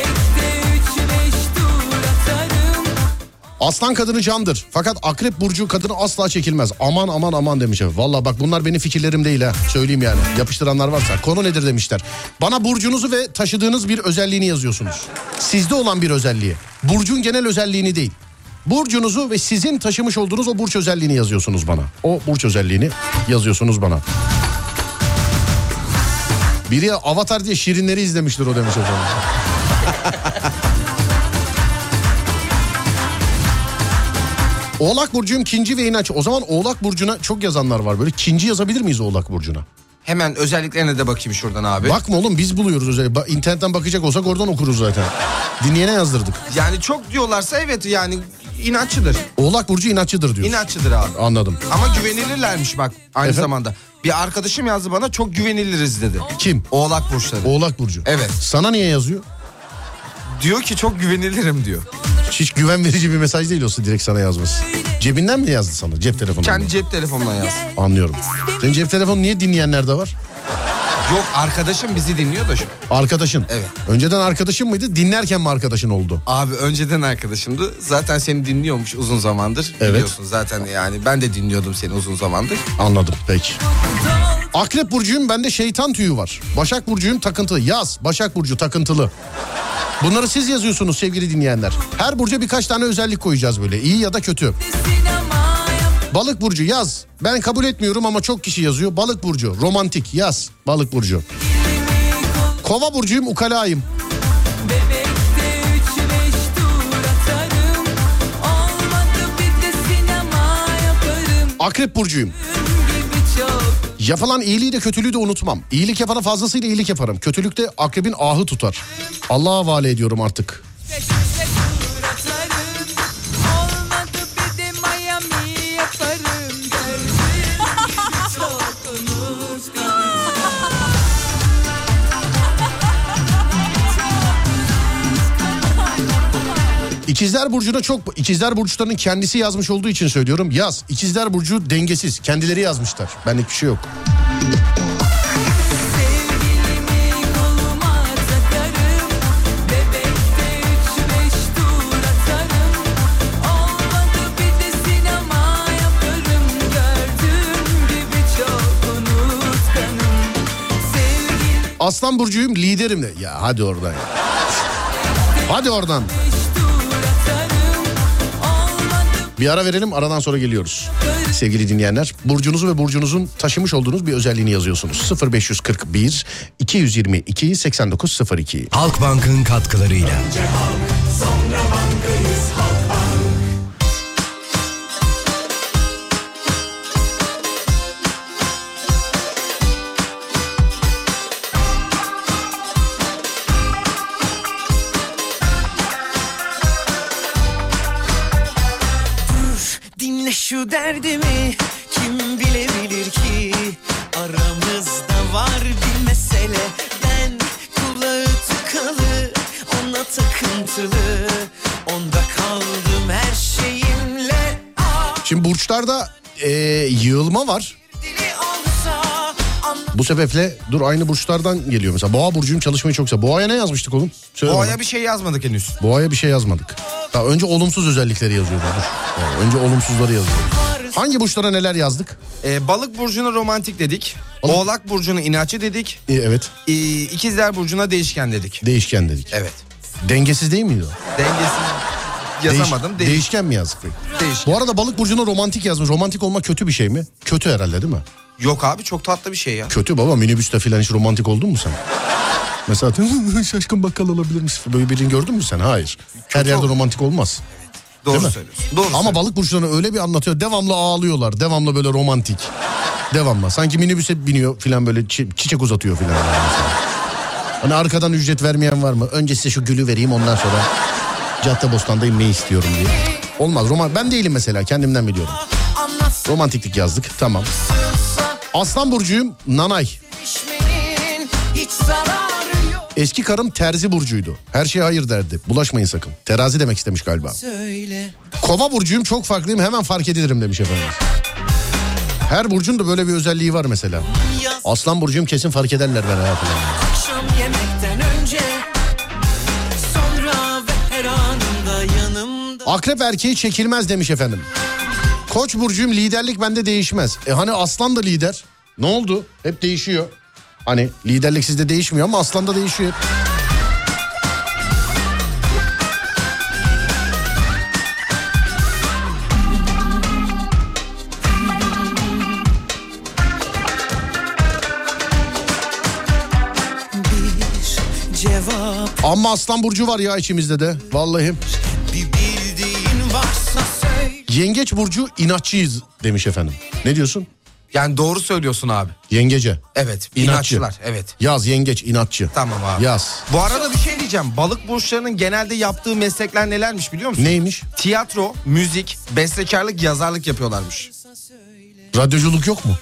Aslan kadını candır. Fakat akrep burcu kadını asla çekilmez. Aman aman aman demiş. Valla bak bunlar benim fikirlerim değil ha. Söyleyeyim yani. Yapıştıranlar varsa. Konu nedir demişler. Bana burcunuzu ve taşıdığınız bir özelliğini yazıyorsunuz. Sizde olan bir özelliği. Burcun genel özelliğini değil. Burcunuzu ve sizin taşımış olduğunuz o burç özelliğini yazıyorsunuz bana. O burç özelliğini yazıyorsunuz bana. Biri Avatar diye Şirinleri izlemiştir o demiş efendim. Oğlak burcuyum kinci ve inanç. O zaman Oğlak burcuna çok yazanlar var böyle. Kinci yazabilir miyiz Oğlak burcuna? Hemen özelliklerine de bakayım şuradan abi. Bakma oğlum biz buluyoruz özellikle. Ba- İnternetten bakacak olsak oradan okuruz zaten. Dinleyene yazdırdık. Yani çok diyorlarsa evet yani inatçıdır. Oğlak burcu inatçıdır diyorsun. İnatçıdır abi. Anladım. Ama güvenilirlermiş bak aynı Efendim? zamanda. Bir arkadaşım yazdı bana çok güveniliriz dedi. Kim? Oğlak burçları. Oğlak burcu. Evet. Sana niye yazıyor? Diyor ki çok güvenilirim diyor. Hiç güven verici bir mesaj değil olsa direkt sana yazması. Cebinden mi yazdı sana? Cep telefonundan Kendi mı? cep telefonundan yaz. Anlıyorum. Senin cep telefonu niye dinleyenler de var? Yok arkadaşım bizi dinliyor da şu. Arkadaşın. Evet. Önceden arkadaşın mıydı? Dinlerken mi arkadaşın oldu? Abi önceden arkadaşımdı. Zaten seni dinliyormuş uzun zamandır. Evet. Biliyorsun zaten yani ben de dinliyordum seni uzun zamandır. Anladım peki. Akrep burcuyum, bende şeytan tüyü var. Başak burcuyum, takıntılı. Yaz. Başak burcu takıntılı. Bunları siz yazıyorsunuz sevgili dinleyenler. Her burca birkaç tane özellik koyacağız böyle. İyi ya da kötü. Balık burcu yaz. Ben kabul etmiyorum ama çok kişi yazıyor. Balık burcu romantik yaz. Balık burcu. Kova burcuyum, ukalayım. Akrep burcuyum. Yapılan iyiliği de kötülüğü de unutmam. İyilik yapana fazlasıyla iyilik yaparım. Kötülükte akrebin ahı tutar. Allah'a havale ediyorum artık. İkizler Burcu'na çok... İkizler Burçlarının kendisi yazmış olduğu için söylüyorum. Yaz. İkizler Burcu dengesiz. Kendileri yazmışlar. Benlik bir şey yok. Aslan Burcu'yum, liderim de. Ya hadi oradan ya. Hadi oradan. Bir ara verelim, aradan sonra geliyoruz. Sevgili dinleyenler, burcunuzu ve burcunuzun taşımış olduğunuz bir özelliğini yazıyorsunuz. sıfır beş yüz kırk bir iki yüz yirmi iki seksen dokuz sıfır iki. Halkbank'ın katkılarıyla. Dinle şu derdimi, kim bilebilir ki aramızda var bir mesele. Ben kulağı tıkalı, ona takıntılı, onda kaldım her şeyimle. Ah, Şimdi burçlarda ee, yığılma var. dili olsa anla- Bu sebeple dur aynı burçlardan geliyor mesela. Boğa burcuyum, çalışmayı çok seviyorum. Boğa'ya ne yazmıştık oğlum? Söyle bana. Boğa'ya bir şey yazmadık henüz. Boğa'ya bir şey yazmadık. Daha önce olumsuz özellikleri yazıyorduk. Dur. Yani önce olumsuzları yazıyorduk. Hangi burçlara neler yazdık? Ee, balık burcuna romantik dedik. Balık- Oğlak burcuna inatçı dedik. Ee, evet. Ee, İkizler burcuna değişken dedik. Değişken dedik. Evet. Dengesiz değil miydi o? Dengesiz yazamadım. Değiş- Değiş- değişken mi yazdık peki? değişken. Bu arada balık burcuna romantik yazmış. Romantik olmak kötü bir şey mi? Kötü herhalde değil mi? Yok abi çok tatlı bir şey ya. Kötü baba, minibüste falan hiç romantik oldun mu sen? Mesela şaşkın bakkal alabilir misin? Böyle birini gördün mü sen? Hayır. Her yerde oldu. romantik olmaz. Doğru Değil mi? söylüyorsun. Doğru Ama söylüyorsun. balık burçlarını öyle bir anlatıyor. Devamlı ağlıyorlar. Devamlı böyle romantik. Devamlı. Sanki minibüse biniyor filan böyle çi- çiçek uzatıyor filan. Yani hani arkadan ücret vermeyen var mı? Önce size şu gülü vereyim, ondan sonra Caddebostan'da inmeyi istiyorum diye. Olmaz. Roman ben değilim mesela, kendimden biliyorum. Romantiklik yazdık, tamam. Aslan burcuyum, nanay. Eski karım terzi burcuydu. Her şeye hayır derdi. Bulaşmayın sakın. Terazi demek istemiş galiba. Söyle. Kova burcuyum, çok farklıyım, hemen fark edilirim demiş efendim. Her burcun da böyle bir özelliği var mesela. Aslan burcuyum, kesin fark ederler ben hayatımda. Akşam yemekten önce, sonra ve her anında yanımda. Akrep erkeği çekilmez demiş efendim. Koç burcuyum, liderlik bende değişmez. E hani aslan da lider. Ne oldu? Hep değişiyor. Hani liderlik sizde değişmiyor ama aslanda değişiyor. Bir cevap, Ama aslan burcu var ya içimizde de. Vallahi. bir bildiğin varsa söyle. Yengeç burcu inatçıyız demiş efendim. Ne diyorsun? Yani doğru söylüyorsun abi. Yengece. Evet, İnatçı. inatçılar, evet. Yaz yengeç inatçı. Tamam abi. Yaz. Bu arada bir şey diyeceğim. Balık burçlarının genelde yaptığı meslekler nelermiş biliyor musun? Neymiş? Tiyatro, müzik, bestekarlık, yazarlık yapıyorlarmış. Radyoculuk yok mu?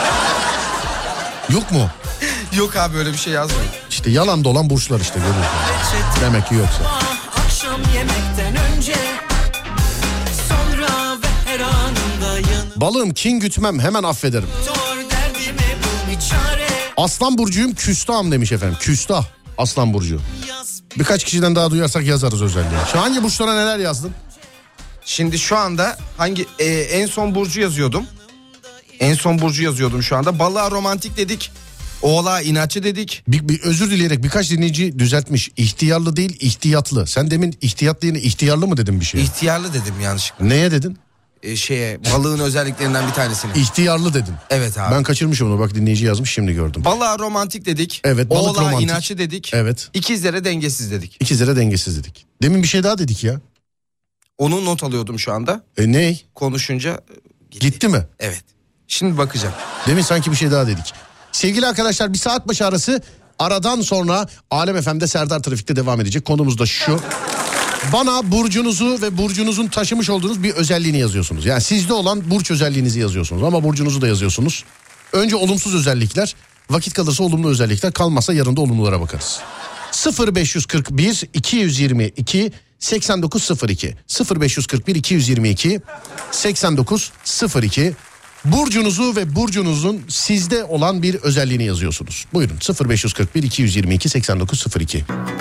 Yok mu? Yok abi, öyle bir şey yazmıyor. İşte yalan dolan burçlar işte, görüyorsun. Demek ki yoksa. Akşam yemekten önce, sonra ve her anında yanımda. Balığım, kin gütmem, hemen affederim. Derdime bul bir çare. Aslan burcuyum, küstahım demiş efendim. Küstah aslan burcu. Birkaç kişiden daha duyarsak yazarız özelliği. Şu hangi burçlara neler yazdın? Şimdi şu anda hangi e, en son burcu yazıyordum. En son burcu yazıyordum şu anda. Balığa romantik dedik. Oğlağa inatçı dedik. Bir, bir özür dileyerek birkaç dinleyici düzeltmiş. İhtiyarlı değil, ihtiyatlı. Sen demin ihtiyatlı yine ihtiyarlı mı dedin bir şey? İhtiyarlı dedim yanlışlıkla. Neye dedin? E, şeye balığın özelliklerinden bir tanesini. İhtiyarlı dedin. Evet abi. Ben kaçırmışım onu, bak dinleyici yazmış, şimdi gördüm. Balığa romantik dedik. Evet, balık Oğlağa romantik. inatçı dedik. Evet. İkizlere dengesiz dedik. İkizlere dengesiz dedik. Demin bir şey daha dedik ya. Onu not alıyordum şu anda. E ney? Konuşunca e, gitti. Gitti mi? Evet. Şimdi bakacağım. Demin sanki bir şey daha dedik. Sevgili arkadaşlar, bir saat başı arası, aradan sonra Alem F M'de Serdar Trafik'te devam edecek. Konumuz da şu. Bana burcunuzu ve burcunuzun taşımış olduğunuz bir özelliğini yazıyorsunuz. Yani sizde olan burç özelliğinizi yazıyorsunuz ama burcunuzu da yazıyorsunuz. Önce olumsuz özellikler, vakit kalırsa olumlu özellikler, kalmazsa yarın da olumlulara bakarız. sıfır beş kırk bir iki yüz yirmi iki seksen dokuz sıfır iki sıfır beş kırk bir iki yüz yirmi iki seksen dokuz sıfır iki. Burcunuzu ve burcunuzun sizde olan bir özelliğini yazıyorsunuz. Buyurun, sıfır beş kırk bir iki yüz yirmi iki seksen dokuz sıfır iki.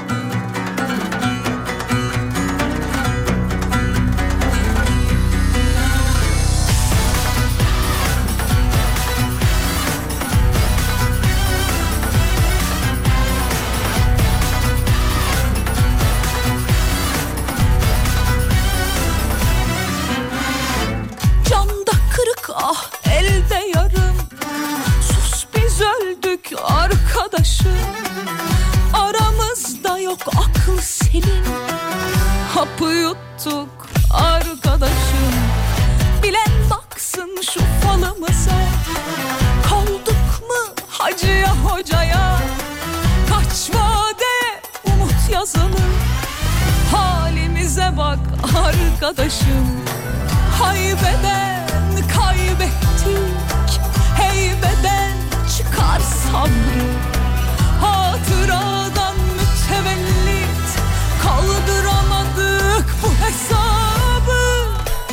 Camda kırık, ah elde yarım. Sus biz öldük arkadaşım. Aramızda yok akıl selim. Hapı yuttuk arkadaşım. Bilen baksın şu falımıza. Kaldık mı hacıya hocaya? Kaç vade umut yazılı. Halimize bak arkadaşım. Haybeden kaybettik, heybeden çıkar sabrı. Hatıradan mütevellit kaldıramadık bu hesabı.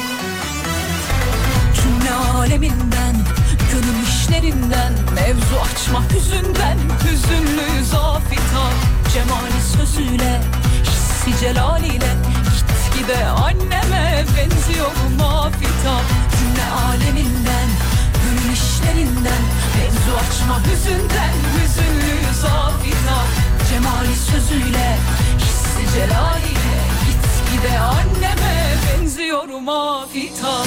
Cümle aleminden, gönül işlerinden, mevzu açma hüzünden, hüzünlüyüz afitap. Cemali sözüyle, hissi celaliyle, gitgide anneme benziyorum afitap. Cümle aleminden, gönül işlerinden, mevzu açma hüzünden, hüzünlüyüz afitap. Cemali sözüyle, hissi celaliyle, gitgide anneme benziyorum afitap.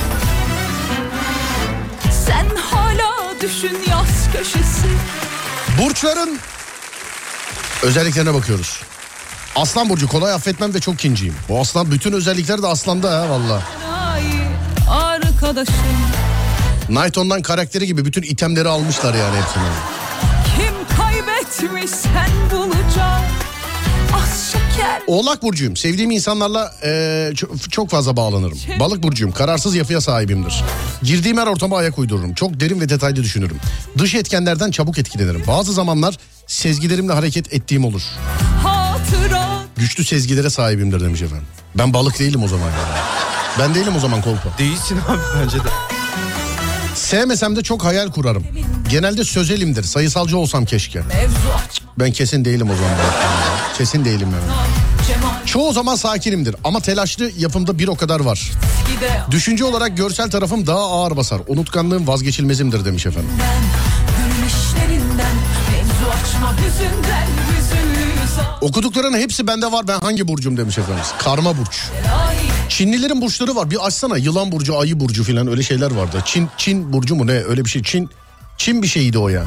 Sen hala düşün yaz köşesi. Burçların özelliklerine bakıyoruz. Aslan burcu, kolay affetmem ve çok kinciyim. Bu aslan, bütün özellikler de aslanda ha valla. Arkadaşım. Nighton'dan karakteri gibi bütün itemleri almışlar yani hepsini. Kim kaybetmiş sen bulacak. Az şeker. Oğlak burcuyum. Sevdiğim insanlarla e, çok, çok fazla bağlanırım. Balık burcuyum. Kararsız yapıya sahibimdir. Girdiğim her ortama ayak uydururum. Çok derin ve detaylı düşünürüm. Dış etkenlerden çabuk etkilenirim. Bazı zamanlar sezgilerimle hareket ettiğim olur. Hatıra. Güçlü sezgilere sahibimdir demiş efendim. Ben balık değilim o zaman yani. Ben değilim o zaman kolpa. Değilsin abi bence de. Sevmesem de çok hayal kurarım. Genelde sözelimdir. Sayısalcı olsam keşke. Mevzu aç. Ben kesin değilim o zaman. Kesin değilim yani. Çoğu zaman sakinimdir ama telaşlı yapımda bir o kadar var. Düşünce olarak görsel tarafım daha ağır basar. Unutkanlığım vazgeçilmezimdir demiş efendim. Okuduklarının hepsi bende var, ben hangi burcum demiş efendim. Karma burç. Çinlilerin burçları var, bir açsana. Yılan burcu, ayı burcu filan öyle şeyler vardı. Çin Çin burcu mu ne, öyle bir şey. Çin Çin bir şeydi o ya.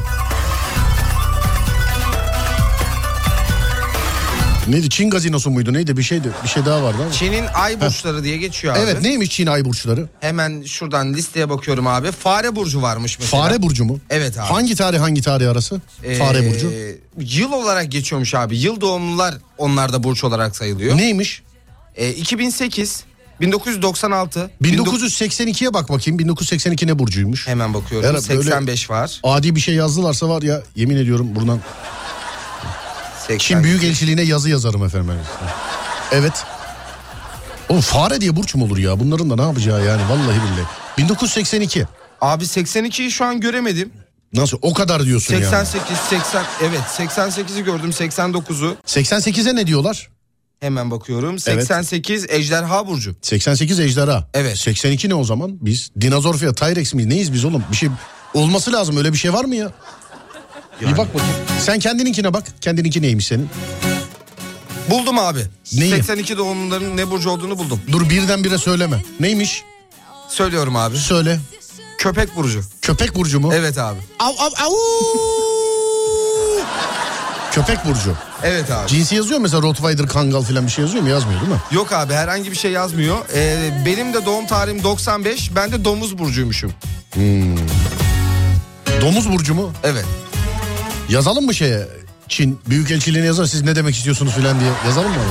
Neydi, Çin gazinosu muydu neydi, bir şeydi, bir şey daha vardı ama. Çin'in ay burçları Heh. diye geçiyor abi. Evet, neymiş Çin ay burçları? Hemen şuradan listeye bakıyorum abi. Fare burcu varmış mesela. Fare burcu mu? Evet abi. Hangi tarih hangi tarih arası? Ee, Fare burcu. Yıl olarak geçiyormuş abi. Yıl doğumlular onlar da burç olarak sayılıyor. Neymiş? Ee, iki bin sekiz, bin dokuz yüz doksan altı. bin dokuz yüz seksen ikiye bak bakayım. bin dokuz yüz seksen iki ne burcuymuş? Hemen bakıyorum. Yani seksen beş var. Adi bir şey yazdılarsa var ya, yemin ediyorum buradan. Çin Büyükelçiliğine yazı yazarım efendim. Evet. Oğlum fare diye burç mu olur ya? Bunların da ne yapacağı yani, vallahi billahi. bin dokuz yüz seksen iki. Abi seksen ikiyi şu an göremedim. Nasıl o kadar diyorsun seksen yani? seksen sekiz, seksen evet seksen sekizi gördüm, seksen dokuzu. seksen sekize ne diyorlar? Hemen bakıyorum. seksen sekiz evet. Ejderha burcu. seksen sekiz ejderha. Evet. seksen iki ne o zaman? Biz dinozor fiyat, T-Rex miyiz? Neyiz biz oğlum? Bir şey olması lazım, öyle bir şey var mı ya? Yani. Bir bak bakayım. Sen kendininkine bak. Kendininki neymiş senin? Buldum abi. Neyi? seksen iki doğumluların ne burcu olduğunu buldum. Dur birdenbire söyleme. Neymiş? Söylüyorum abi. Söyle. Köpek burcu. Köpek burcu mu? Evet abi. Av av av. Köpek burcu. Evet abi. Cinsi yazıyor mu mesela, Rottweiler, Kangal falan bir şey yazıyor mu? Yazmıyor değil mi? Yok abi, herhangi bir şey yazmıyor. Ee, benim de doğum tarihim doksan beş. Ben de domuz burcuymuşum. Hmm. Domuz burcu mu? Evet. Yazalım mı şeye? Çin Büyükelçiliğine yazalım, siz ne demek istiyorsunuz falan diye. Yazalım mı?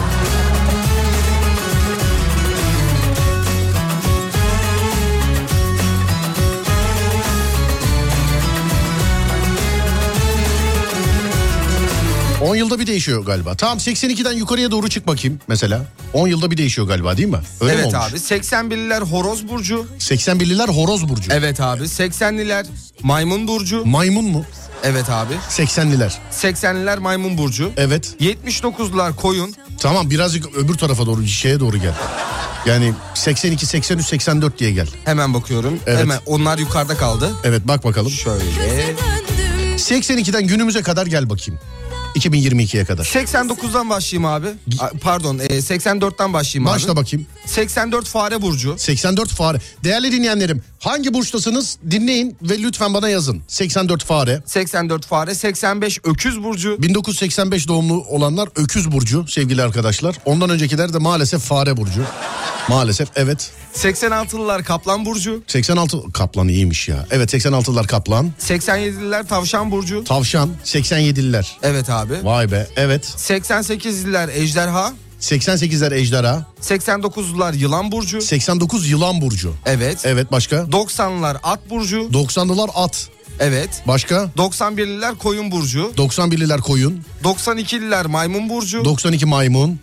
on yılda bir değişiyor galiba. Tamam, seksen ikiden yukarıya doğru çık bakayım mesela. on yılda bir değişiyor galiba değil mi? Öyle evet mi olmuş? abi. seksen birliler horoz burcu. seksen birliler horoz burcu. Evet abi. seksenliler maymun burcu. Maymun mu? Evet abi. seksenliler. seksenliler maymun burcu. Evet. yetmiş dokuzlular koyun. Tamam, birazcık öbür tarafa doğru, şeye doğru gel. Yani seksen iki, seksen üç, seksen dört diye gel. Hemen bakıyorum. Evet. Hemen onlar yukarıda kaldı. Evet, bak bakalım. Şöyle. seksen ikiden günümüze kadar gel bakayım. iki bin yirmi ikiye kadar. seksen dokuzdan başlayayım abi. Pardon, seksen dörtten başlayayım Başla abi. Başla bakayım. seksen dört fare burcu. seksen dört fare. Değerli dinleyenlerim, hangi burçtasınız dinleyin ve lütfen bana yazın. seksen dört fare. seksen dört fare. seksen beş öküz burcu. bin dokuz yüz seksen beş doğumlu olanlar öküz burcu sevgili arkadaşlar. Ondan öncekiler de maalesef fare burcu. Maalesef, evet. seksen altılılar kaplan burcu. seksen altı kaplan iyiymiş ya. Evet, seksen altılılar kaplan. seksen yedililer tavşan burcu. Tavşan. seksen yedililer. Evet abi. Vay be, evet. seksen sekizliler ejderha. seksen sekizler ejderha. seksen dokuzlular yılan burcu. seksen dokuz yılan burcu. Evet. Evet, başka? doksanlılar at burcu. doksanlılar at. Evet. Başka? doksan birliler koyun burcu. doksan birliler koyun. doksan ikililer maymun burcu. doksan iki maymun.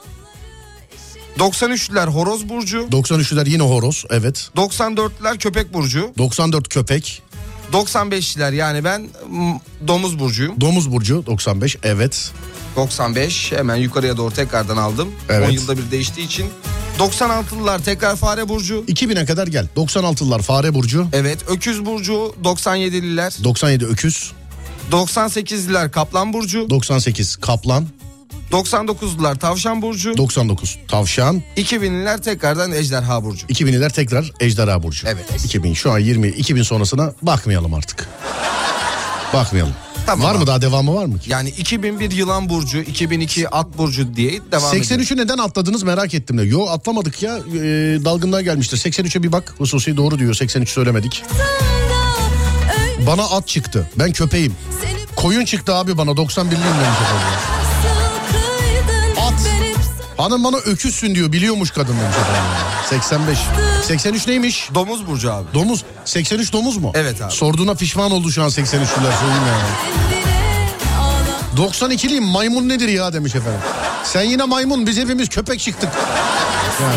doksan üçlüler horoz burcu. doksan üçlüler yine horoz, evet. doksan dörtlüler köpek burcu. doksan dört köpek. doksan beşliler yani ben m, domuz burcuyum. Domuz burcu doksan beş, evet. doksan beş hemen yukarıya doğru tekrardan aldım. Evet. on yılda bir değiştiği için. doksan altılılar tekrar fare burcu. iki bine kadar gel. doksan altılılar fare burcu. Evet, öküz burcu. doksan yedililer. doksan yedi öküz. doksan sekizliler kaplan burcu. doksan sekiz kaplan. doksan dokuzlular tavşan burcu. doksan dokuz tavşan. iki binliler tekrardan ejderha burcu. iki binliler tekrar ejderha burcu. Evet. iki bin şu an yirmi, iki bin sonrasına bakmayalım artık. Bakmayalım. Tamam var abi. mı daha devamı var mı ki? Yani iki bin bir Yılan burcu, iki bin iki At burcu diye devam seksen ediyor. üçü neden atladınız merak ettim de. Yo atlamadık ya, e, dalgınlığa gelmiştir. seksen üçe bir bak, hususi doğru diyor, seksen üç söylemedik. Bana at çıktı, ben köpeğim. Koyun çıktı abi bana, doksan birliyim demiş efendim. At. Hanım bana öküzsün diyor, biliyormuş kadın demiş efendim. seksen beş. seksen üç neymiş? Domuz burcu abi. Domuz. seksen üç domuz mu? Evet abi. Sorduğuna pişman oldu şu an seksen üçlüler, söyleyeyim yani. doksan ikiliyim, maymun nedir ya demiş efendim. Sen yine maymun, biz hepimiz köpek çıktık. Yani.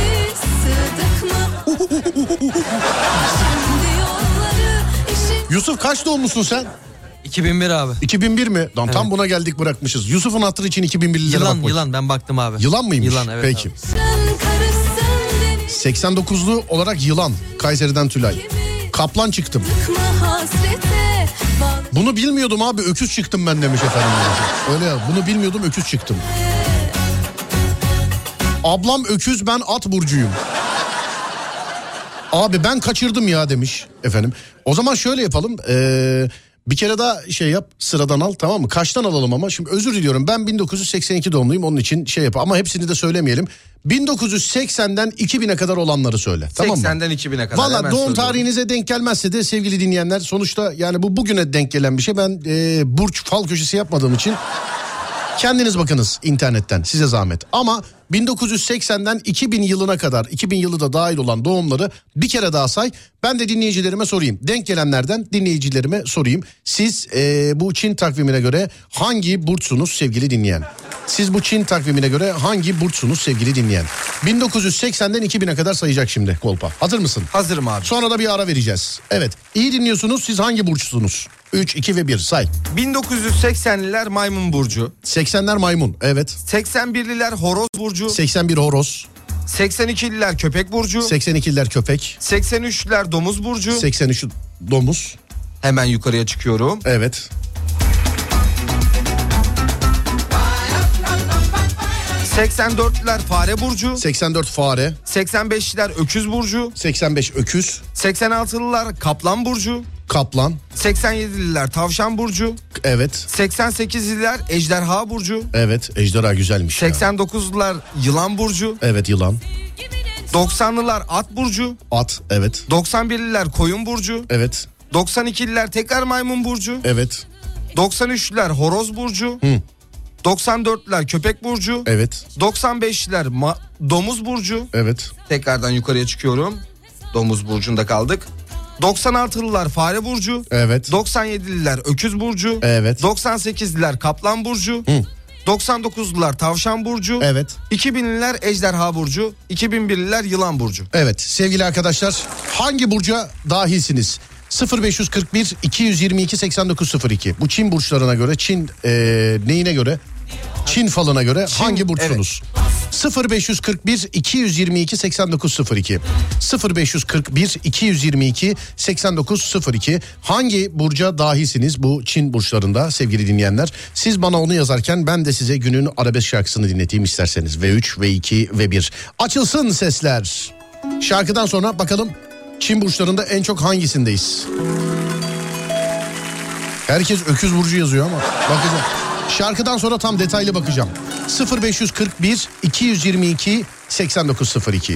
Yusuf kaç doğumlusun sen? iki bin bir abi. iki bin bir mi? Lan Evet. tam buna geldik bırakmışız. Yusuf'un hatırı için iki bin birlilere Yılan bakmak. yılan ben baktım abi. Yılan mıymış? Yılan evet Peki. abi. seksen dokuzlu olarak yılan. Kayseri'den Tülay. Kaplan çıktım. Bunu bilmiyordum abi, öküz çıktım ben demiş efendim. Öyle ya, bunu bilmiyordum, öküz çıktım. Ablam öküz, ben at burcuyum. Abi ben kaçırdım ya demiş efendim. O zaman şöyle yapalım. Ee, bir kere daha şey yap, sıradan al, tamam mı? Kaçtan alalım ama? Şimdi özür diliyorum, ben bin dokuz yüz seksen iki doğumluyum, onun için şey yap. Ama hepsini de söylemeyelim. bin dokuz yüz seksenden iki bine kadar olanları söyle. Tamam mı? seksenden iki bine kadar. Valla hemen doğum söylüyorum. tarihinize denk gelmezse de sevgili dinleyenler, sonuçta yani bu bugüne denk gelen bir şey. Ben e, burç fal köşesi yapmadığım için kendiniz bakınız internetten, size zahmet. Ama bin dokuz yüz seksenden iki bin yılına kadar, iki bin yılı da dahil olan doğumları bir kere daha say. Ben de dinleyicilerime sorayım. Denk gelenlerden dinleyicilerime sorayım. Siz e, bu Çin takvimine göre hangi burçsunuz sevgili dinleyen? Siz bu Çin takvimine göre hangi burçsunuz sevgili dinleyen? bin dokuz yüz seksenden iki bine kadar sayacak şimdi Kolpa. Hazır mısın? Hazırım abi. Sonra da bir ara vereceğiz. Evet. İyi dinliyorsunuz. Siz hangi burçsunuz? üç, iki ve bir say. bin dokuz yüz seksenliler maymun burcu. seksenler maymun. Evet. seksen birliler horoz burcu. seksen bir horoz. seksen ikililer köpek burcu. seksen ikiler köpek. seksen üçlüler domuz burcu. seksen üç domuz. Hemen yukarıya çıkıyorum. Evet. seksen dörtlüler fare burcu. seksen dört fare. seksen beşliler öküz burcu. seksen beş öküz. seksen altılılar kaplan burcu. Kaplan. seksen yedililer tavşan burcu. Evet. seksen sekizliler ejderha burcu. Evet. Ejderha güzelmiş ya. seksen dokuzlular yılan burcu. Evet, yılan. doksanlılar at burcu. At. Evet. doksan birliler koyun burcu. Evet. doksan ikililer tekrar maymun burcu. Evet. doksan üçlüler horoz burcu. Hı. doksan dörtlüler köpek burcu. Evet. doksan beşliler ma- domuz burcu. Evet. Tekrardan yukarıya çıkıyorum. Domuz burcunda kaldık. doksan altılılar fare burcu. Evet. doksan yedililer öküz burcu. Evet. doksan sekizliler kaplan burcu. Hı. doksan dokuzlular tavşan burcu. Evet. iki binliler ejderha burcu. iki bin birliler yılan burcu. Evet sevgili arkadaşlar, hangi burca dahilsiniz? sıfır beş kırk bir iki yüz yirmi iki seksen dokuz sıfır iki. Bu Çin burçlarına göre, Çin e, neyine göre? Çin falına göre Çin, hangi burçsunuz? sıfır beş kırk bir iki yüz yirmi iki seksen dokuz sıfır iki. sıfır beş kırk bir iki yüz yirmi iki seksen dokuz sıfır iki. Hangi burca dahilsiniz bu Çin burçlarında sevgili dinleyenler? Siz bana onu yazarken ben de size günün arabesk şarkısını dinleteyim isterseniz. V üç, V iki, V bir. Açılsın sesler. Şarkıdan sonra bakalım Çin burçlarında en çok hangisindeyiz? Herkes öküz burcu yazıyor ama bakacağım. Şarkıdan sonra tam detaylı bakacağım. sıfır beş kırk bir iki yüz yirmi iki seksen dokuz sıfır iki.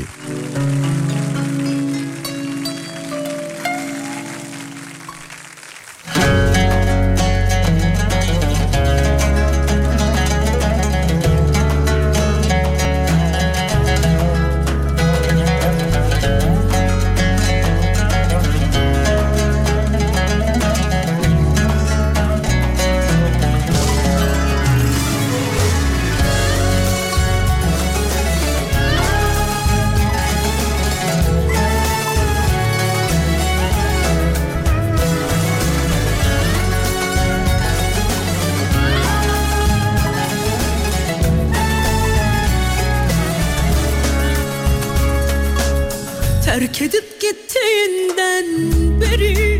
Terk edip gittiğinden beri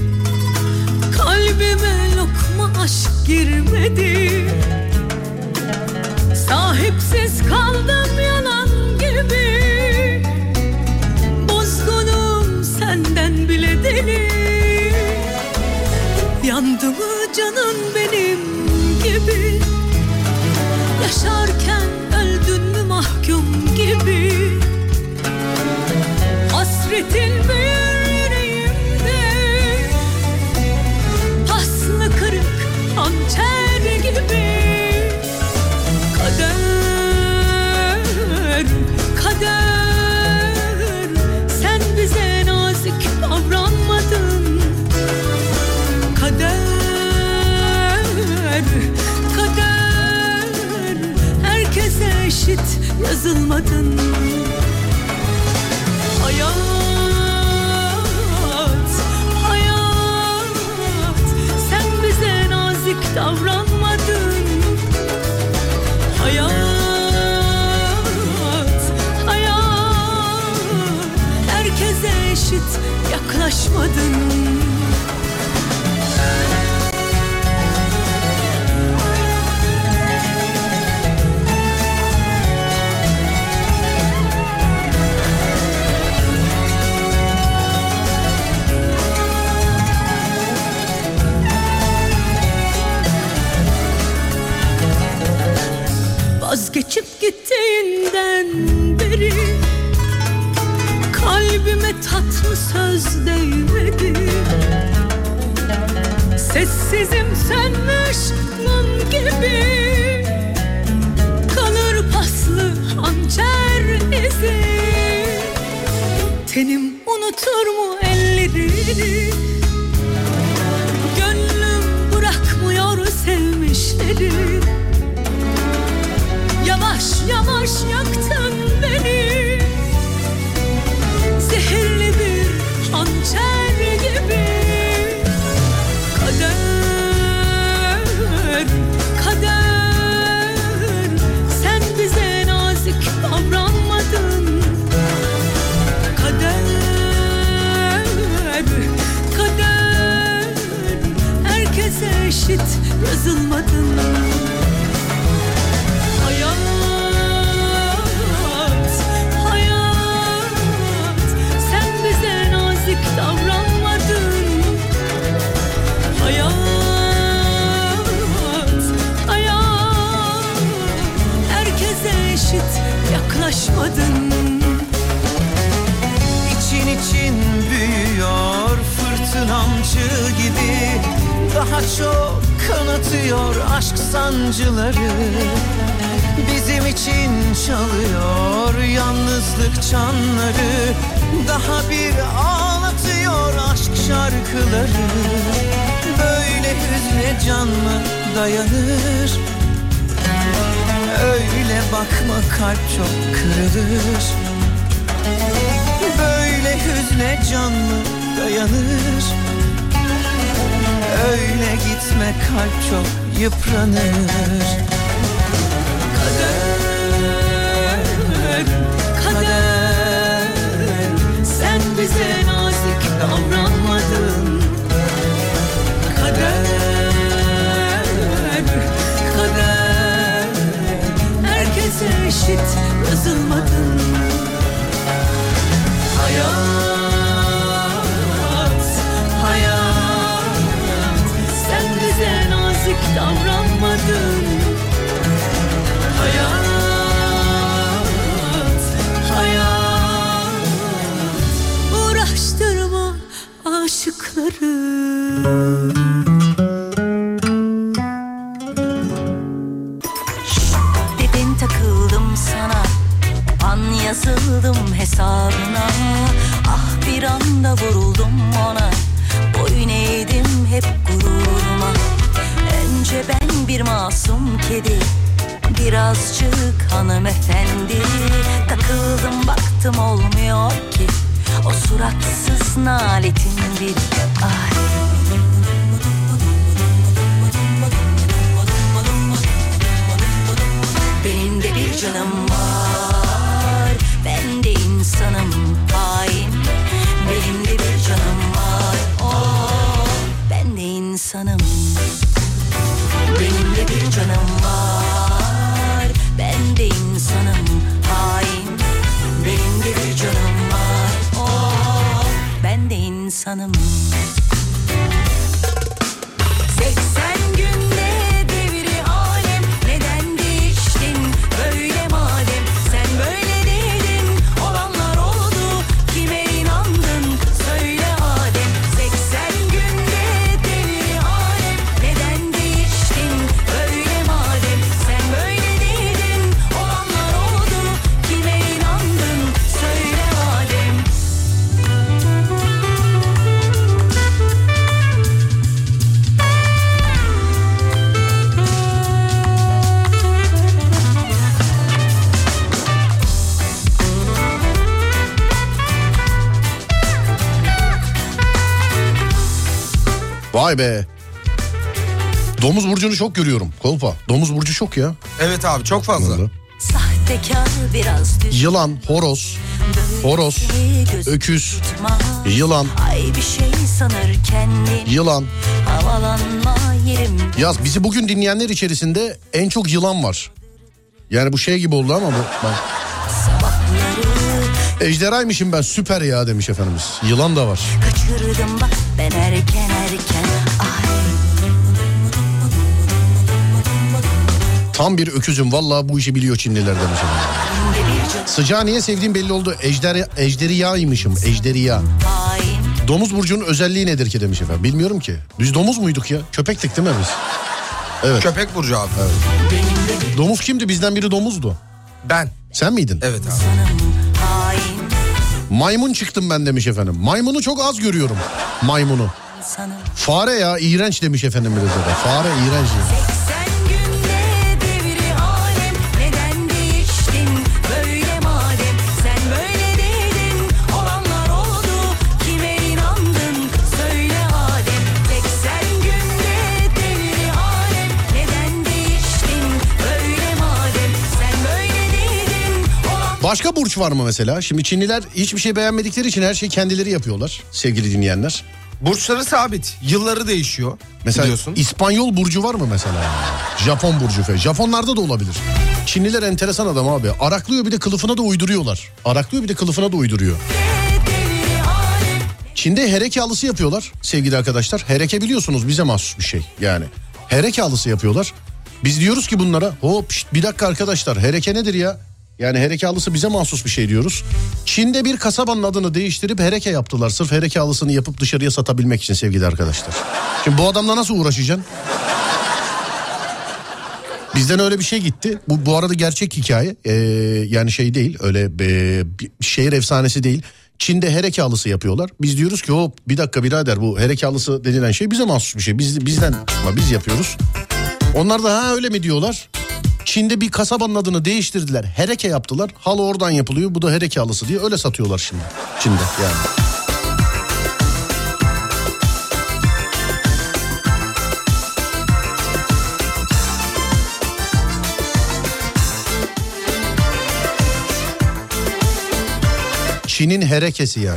kalbime lokma aşk girmedi. Sahipsiz kaldım yalan gibi. Bozgunum senden bile deli. Yandı mı canım yaşarken öldün mü mahkum gibi. Hasretin büyür yüreğimde, paslı kırık hançer gibi. Kader, kader, sen bize nazik davranmadın. Kader, kader, herkese eşit yazılmadın. Hayat, hayat, sen bize nazik davranmadın. Hayat, hayat, herkese eşit yaklaşmadın. Vazgeçip gittiğinden beri kalbime tatlı söz değmedi. Sessizim sönmüş mum gibi, kalır paslı hançer izi. Tenim unutur mu ellerini, gönlüm bırakmıyor sevmişleri. Yavaş yavaş yaktın beni, zehirli bir hançer gibi. Kader, kader, sen bize nazik davranmadın. Kader, kader, herkese eşit yazılmadın. Hayat, hayat, sen bize nazik davranmadın. Hayat, hayat, herkese eşit yaklaşmadın. İçin için büyüyor fırtınamcı gibi, daha çok kanatıyor aşk sancıları. Bizim için çalıyor yalnızlık çanları, daha bir ağlatıyor aşk şarkıları. Böyle hüzne can mı dayanır? Öyle bakma kalp çok kırılır. Böyle hüzne can mı dayanır? Öyle gitme kalp çok yıpranır. Kader, kader, sen bize nazik davranmadın. Kader, kader, herkese eşit yazılmadın. Hayat, hayat, sen bize nazik davranmadın. Hayat, hayat, uğraştırma aşıkları. Dedin takıldım sana, an yazıldım hesabına. Ah bir anda vuruldum ona, boyun eğdim hep gururuma. Önce ben bir masum kedi, birazcık hanımefendi. Takıldım baktım olmuyor ki, o suratsız naletin bir ay. Benim de bir canım var, ben de insanım hain. Benim de bir canım var, oh, ben de insanım. Benim de bir canım var, ben de insanım hain. Benim de bir canım var, oh, ben de insanım. seksen günde devri alem, neden değişti Vay be. Domuz burcunu çok görüyorum Kolpa. Domuz burcu çok ya. Evet abi, çok fazla. Sahtekar biraz düş. Yılan, horoz, horoz, öküz, yılan, Ay bir şey sanır kendini. yılan. Havalanma yerim. Yaz, bizi bugün dinleyenler içerisinde en çok yılan var. Yani bu şey gibi oldu ama bu. Ben... Ejderhaymışım ben, süper ya demiş efendimiz. Yılan da var. Kaçırdım bak ben erken erken. Ay. Tam bir öküzüm vallahi, bu işi biliyor Çinliler demiş efendim. Sıcağı niye sevdiğim belli oldu. Ejder, ejderiyaymışım, ejderiya. Domuz burcunun özelliği nedir ki demiş efendim. Bilmiyorum ki. Biz domuz muyduk ya? Köpektik değil mi biz? Evet. Köpek burcu abi. Evet. Domuz kimdi? Bizden biri domuzdu. Ben. Sen miydin? Evet abi. Maymun çıktım ben demiş efendim. Maymunu çok az görüyorum. Maymunu. Fare ya, iğrenç demiş efendim biraz da. Fare iğrenç. Başka burç var mı mesela? Şimdi Çinliler hiçbir şey beğenmedikleri için her şeyi kendileri yapıyorlar sevgili dinleyenler. Burçları sabit. Yılları değişiyor. Mesela biliyorsun. İspanyol burcu var mı mesela? Japon burcu falan. Japonlarda da olabilir. Çinliler enteresan adam abi. Araklıyor, bir de kılıfına da uyduruyorlar. Araklıyor, bir de kılıfına da uyduruyor. Çin'de hereke halısı yapıyorlar sevgili arkadaşlar. Hereke biliyorsunuz bize mahsus bir şey yani. Hereke halısı yapıyorlar. Biz diyoruz ki bunlara hop şişt, bir dakika arkadaşlar, hereke nedir ya? Yani hereke halısı bize mahsus bir şey diyoruz. Çin'de bir kasabanın adını değiştirip hereke yaptılar. Sırf hereke halısını yapıp dışarıya satabilmek için sevgili arkadaşlar. Şimdi bu adamla nasıl uğraşacaksın? Bizden öyle bir şey gitti. Bu, bu arada gerçek hikaye. Ee, yani şey değil, öyle e, şehir efsanesi değil. Çin'de hereke halısı yapıyorlar. Biz diyoruz ki hop bir dakika birader, bu hereke halısı denilen şey bize mahsus bir şey. Biz, bizden ama biz yapıyoruz. Onlar da ha öyle mi diyorlar. Çin'de bir kasabanın adını değiştirdiler. Hereke yaptılar. Halı oradan yapılıyor. Bu da hereke halısı diye öyle satıyorlar şimdi. Çin'de yani. Çin'in herekesi yani.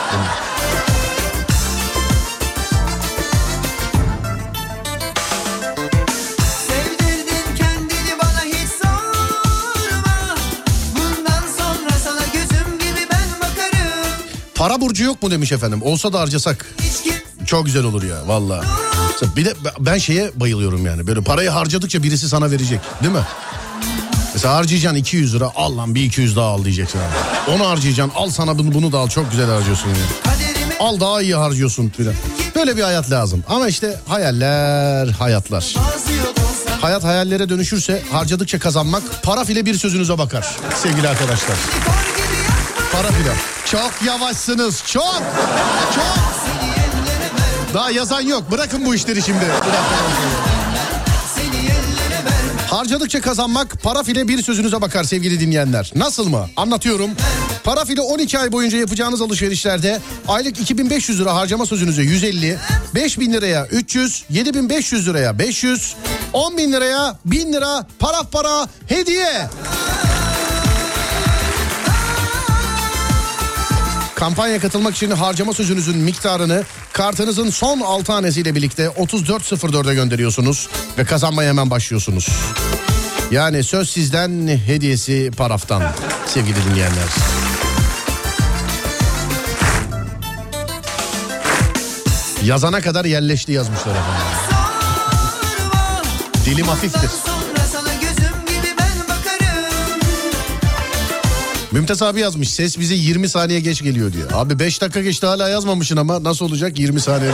Para burcu yok mu demiş efendim. Olsa da harcasak. Çok güzel olur ya vallahi. Bir de ben şeye bayılıyorum yani. Böyle parayı harcadıkça birisi sana verecek. Değil mi? Mesela harcayacaksın iki yüz lira. Al lan bir iki yüz daha al diyeceksin abi. Onu harcayacaksın. Al sana bunu, bunu da al. Çok güzel harcıyorsun yani. Al daha iyi harcıyorsun filan. Böyle bir hayat lazım. Ama işte hayaller, hayatlar. Hayat hayallere dönüşürse harcadıkça kazanmak, para file bir sözünüze bakar sevgili arkadaşlar. Para file. Çok yavaşsınız, çok, çok. Daha yazan yok, bırakın bu işleri şimdi. Harcadıkça kazanmak, para file bir sözünüze bakar sevgili dinleyenler. Nasıl mı? Anlatıyorum. Para file on iki ay boyunca yapacağınız alışverişlerde aylık iki bin beş yüz lira harcama sözünüze yüz elli, beş bin liraya üç yüz, yedi bin beş yüz liraya beş yüz, on bin liraya bin lira para para hediye. Kampanya katılmak için harcama sözünüzün miktarını kartınızın son altı hanesiyle birlikte otuz dört sıfır dörde gönderiyorsunuz ve kazanmaya hemen başlıyorsunuz. Yani söz sizden, hediyesi paraftan sevgili dinleyenler. Yazana kadar yerleşti yazmışlar efendim. Dilim hafiftir. Mümtaz abi yazmış, ses bize yirmi saniye geç geliyor diyor. Abi beş dakika geçti hala yazmamışsın ama nasıl olacak yirmi saniyede?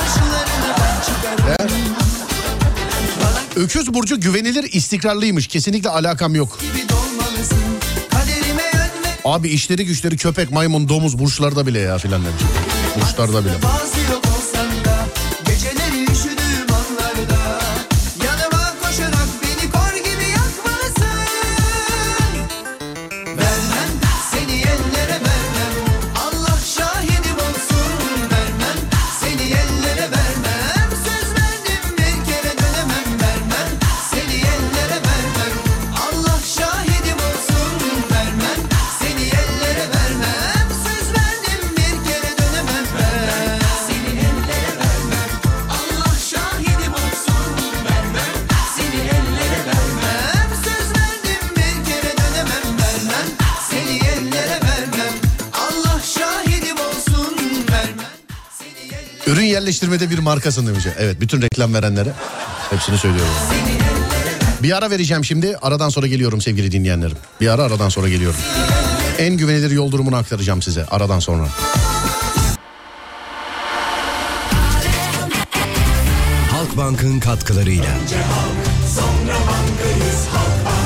He? Öküz burcu güvenilir, istikrarlıymış, kesinlikle alakam yok. Abi işleri güçleri köpek, maymun, domuz burçlarda bile ya filan demiş. Burçlarda bile. Ürün yerleştirmede bir markasın demiş. Evet, bütün reklam verenlere hepsini söylüyorum. Bir ara vereceğim şimdi. Aradan sonra geliyorum sevgili dinleyenlerim. Bir ara aradan sonra geliyorum. En güvenilir yol durumunu aktaracağım size aradan sonra. Halkbank'ın katkılarıyla. Sonra bankayız Halkbank.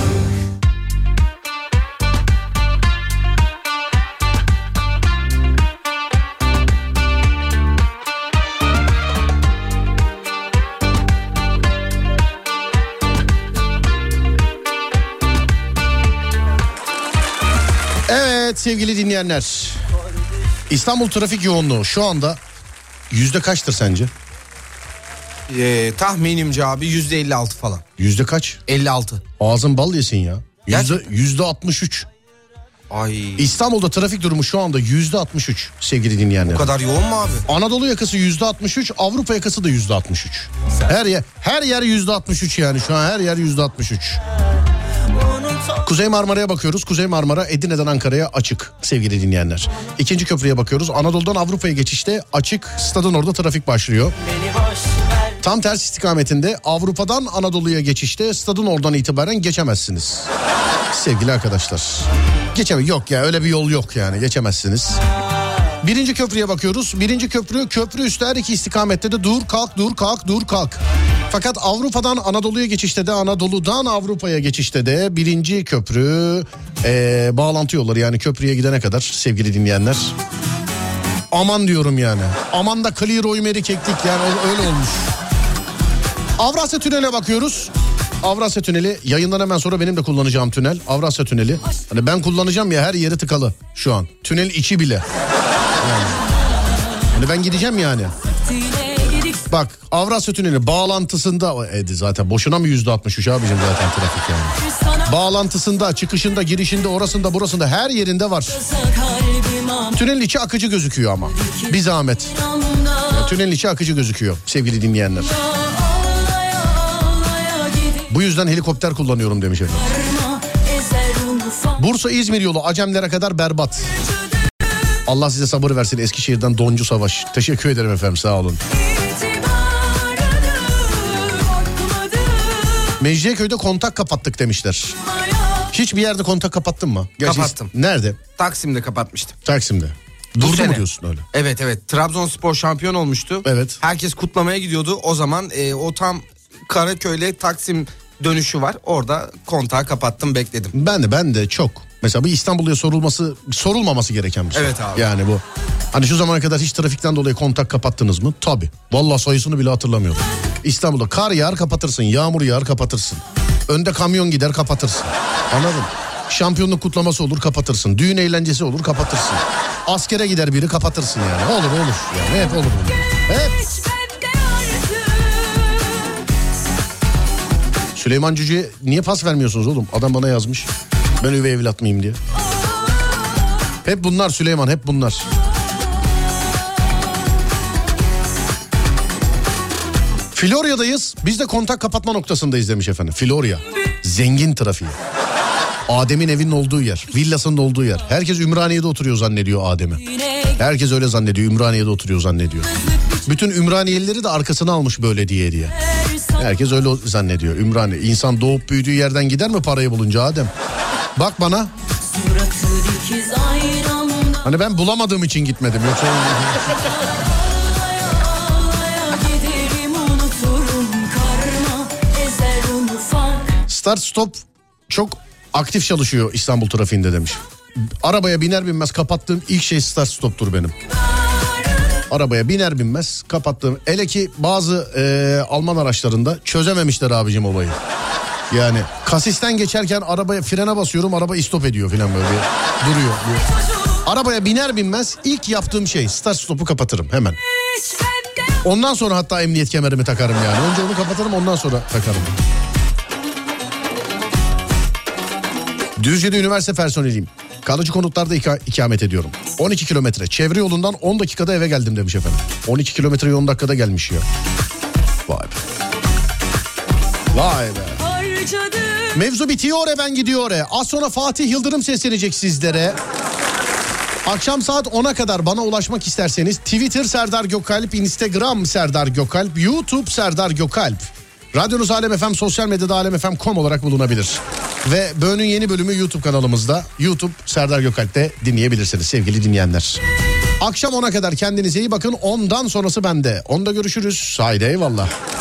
Evet sevgili dinleyenler. İstanbul trafik yoğunluğu şu anda yüzde kaçtır sence? Ee, tahminimce abi yüzde elli altı falan. Yüzde kaç? elli altı. Ağzın bal yesin ya. Yüzde, yüzde altmış üç. Ay. İstanbul'da trafik durumu şu anda yüzde altmış üç sevgili dinleyenler. O kadar yoğun mu abi? Anadolu yakası yüzde altmış üç, Avrupa yakası da yüzde altmış üç. Her yer, her yer yüzde altmış üç yani şu an her yer yüzde altmış üç. Kuzey Marmara'ya bakıyoruz. Kuzey Marmara Edirne'den Ankara'ya açık sevgili dinleyenler. İkinci köprüye bakıyoruz. Anadolu'dan Avrupa'ya geçişte açık. Stadın orada trafik başlıyor. Tam ters istikametinde Avrupa'dan Anadolu'ya geçişte stadın oradan itibaren geçemezsiniz. Sevgili arkadaşlar. Geçemez. Yok ya, öyle bir yol yok yani, geçemezsiniz. Birinci köprüye bakıyoruz. Birinci köprü, köprü üstü her iki istikamette de dur kalk dur kalk dur kalk. Fakat Avrupa'dan Anadolu'ya geçişte de Anadolu'dan Avrupa'ya geçişte de birinci köprü ee, bağlantı yolları yani köprüye gidene kadar sevgili dinleyenler. Aman diyorum yani. Aman da clear oymeri keklik yani öyle olmuş. Avrasya Tüneli'ne bakıyoruz. Avrasya Tüneli yayından hemen sonra benim de kullanacağım tünel. Avrasya Tüneli. Hani ben kullanacağım ya, her yeri tıkalı şu an. Tünel içi bile. Yani. Hani ben gideceğim yani. Bak Avrasya Tüneli bağlantısında e, zaten boşuna mı yüzde altmış üç abicim zaten trafik yani. Bağlantısında, çıkışında, girişinde, orasında, burasında her yerinde var. Tünelin içi akıcı gözüküyor ama. Bir zahmet. Yani tünelin içi akıcı gözüküyor sevgili dinleyenler. Bu yüzden helikopter kullanıyorum demiş efendim. Bursa-İzmir yolu Acemlere kadar berbat. Allah size sabır versin. Eskişehir'den Doncu Savaş. Teşekkür ederim efendim, sağ olun. Mecidiyeköy'de kontak kapattık demişler. Hiçbir yerde kontak kapattın mı? Gerçi Kapattım. Nerede? Taksim'de kapatmıştım. Taksim'de. Durdu mu diyorsun öyle? Evet evet. Trabzonspor şampiyon olmuştu. Evet. Herkes kutlamaya gidiyordu. O zaman e, o tam Karaköy'le Taksim dönüşü var. Orada kontağı kapattım, bekledim. Ben de ben de çok. Mesela bu İstanbul'a sorulması sorulmaması gereken bir şey. Evet abi. Yani bu. Hani şu zamana kadar hiç trafikten dolayı kontak kapattınız mı? Tabii. Vallahi sayısını bile hatırlamıyorum. İstanbul'da kar yağar kapatırsın, yağmur yağar kapatırsın. Önde kamyon gider kapatırsın. Anladın? Şampiyonluk kutlaması olur kapatırsın. Düğün eğlencesi olur kapatırsın. Askere gider biri kapatırsın yani. Olur olur yani, hep olur. Hep. Süleyman Cüce'ye niye pas vermiyorsunuz oğlum? Adam bana yazmış. Ben üvey evlat mıyım diye. Hep bunlar Süleyman, hep bunlar. Florya'dayız. Biz de kontak kapatma noktasındayız demiş efendim. Florya. Zengin trafiği. Adem'in evinin olduğu yer. Villasının olduğu yer. Herkes Ümraniye'de oturuyor zannediyor Adem'i. Herkes öyle zannediyor. Ümraniye'de oturuyor zannediyor. Bütün Ümraniyelileri de arkasına almış böyle diye diye. Herkes öyle zannediyor. Ümraniye. İnsan doğup büyüdüğü yerden gider mi parayı bulunca Adem? Bak bana. Hani ben bulamadığım için gitmedim. Yoksa... Start stop çok aktif çalışıyor İstanbul trafiğinde demiş. Arabaya biner binmez kapattığım ilk şey start stop'tur benim. Arabaya biner binmez kapattığım. Hele ki bazı e, Alman araçlarında çözememişler abicim olayı. Yani kasisten geçerken arabaya frene basıyorum, araba istop ediyor falan böyle duruyor. Arabaya biner binmez ilk yaptığım şey start stop'u kapatırım hemen. Ondan sonra hatta emniyet kemerimi takarım yani. Önce onu kapatırım, ondan sonra takarım. Düzce'de üniversite personeliyim. Kalıcı konutlarda ika- ikamet ediyorum. on iki kilometre. Çevre yolundan on dakikada eve geldim demiş efendim. on iki kilometre on dakikada gelmiş ya. Vay be. Vay be. Mevzu bitiyor, ben gidiyor. Az sonra Fatih Yıldırım seslenecek sizlere. Akşam saat ona kadar bana ulaşmak isterseniz Twitter Serdar Gökalp, Instagram Serdar Gökalp, YouTube Serdar Gökalp. Radyonuz Alem F M, sosyal medyada alem f m nokta com olarak bulunabilir. Ve Böğün'ün yeni bölümü YouTube kanalımızda. YouTube Serdar Gökalp'te dinleyebilirsiniz sevgili dinleyenler. Akşam ona kadar kendinize iyi bakın. Ondan sonrası bende. Onda görüşürüz. Haydi eyvallah.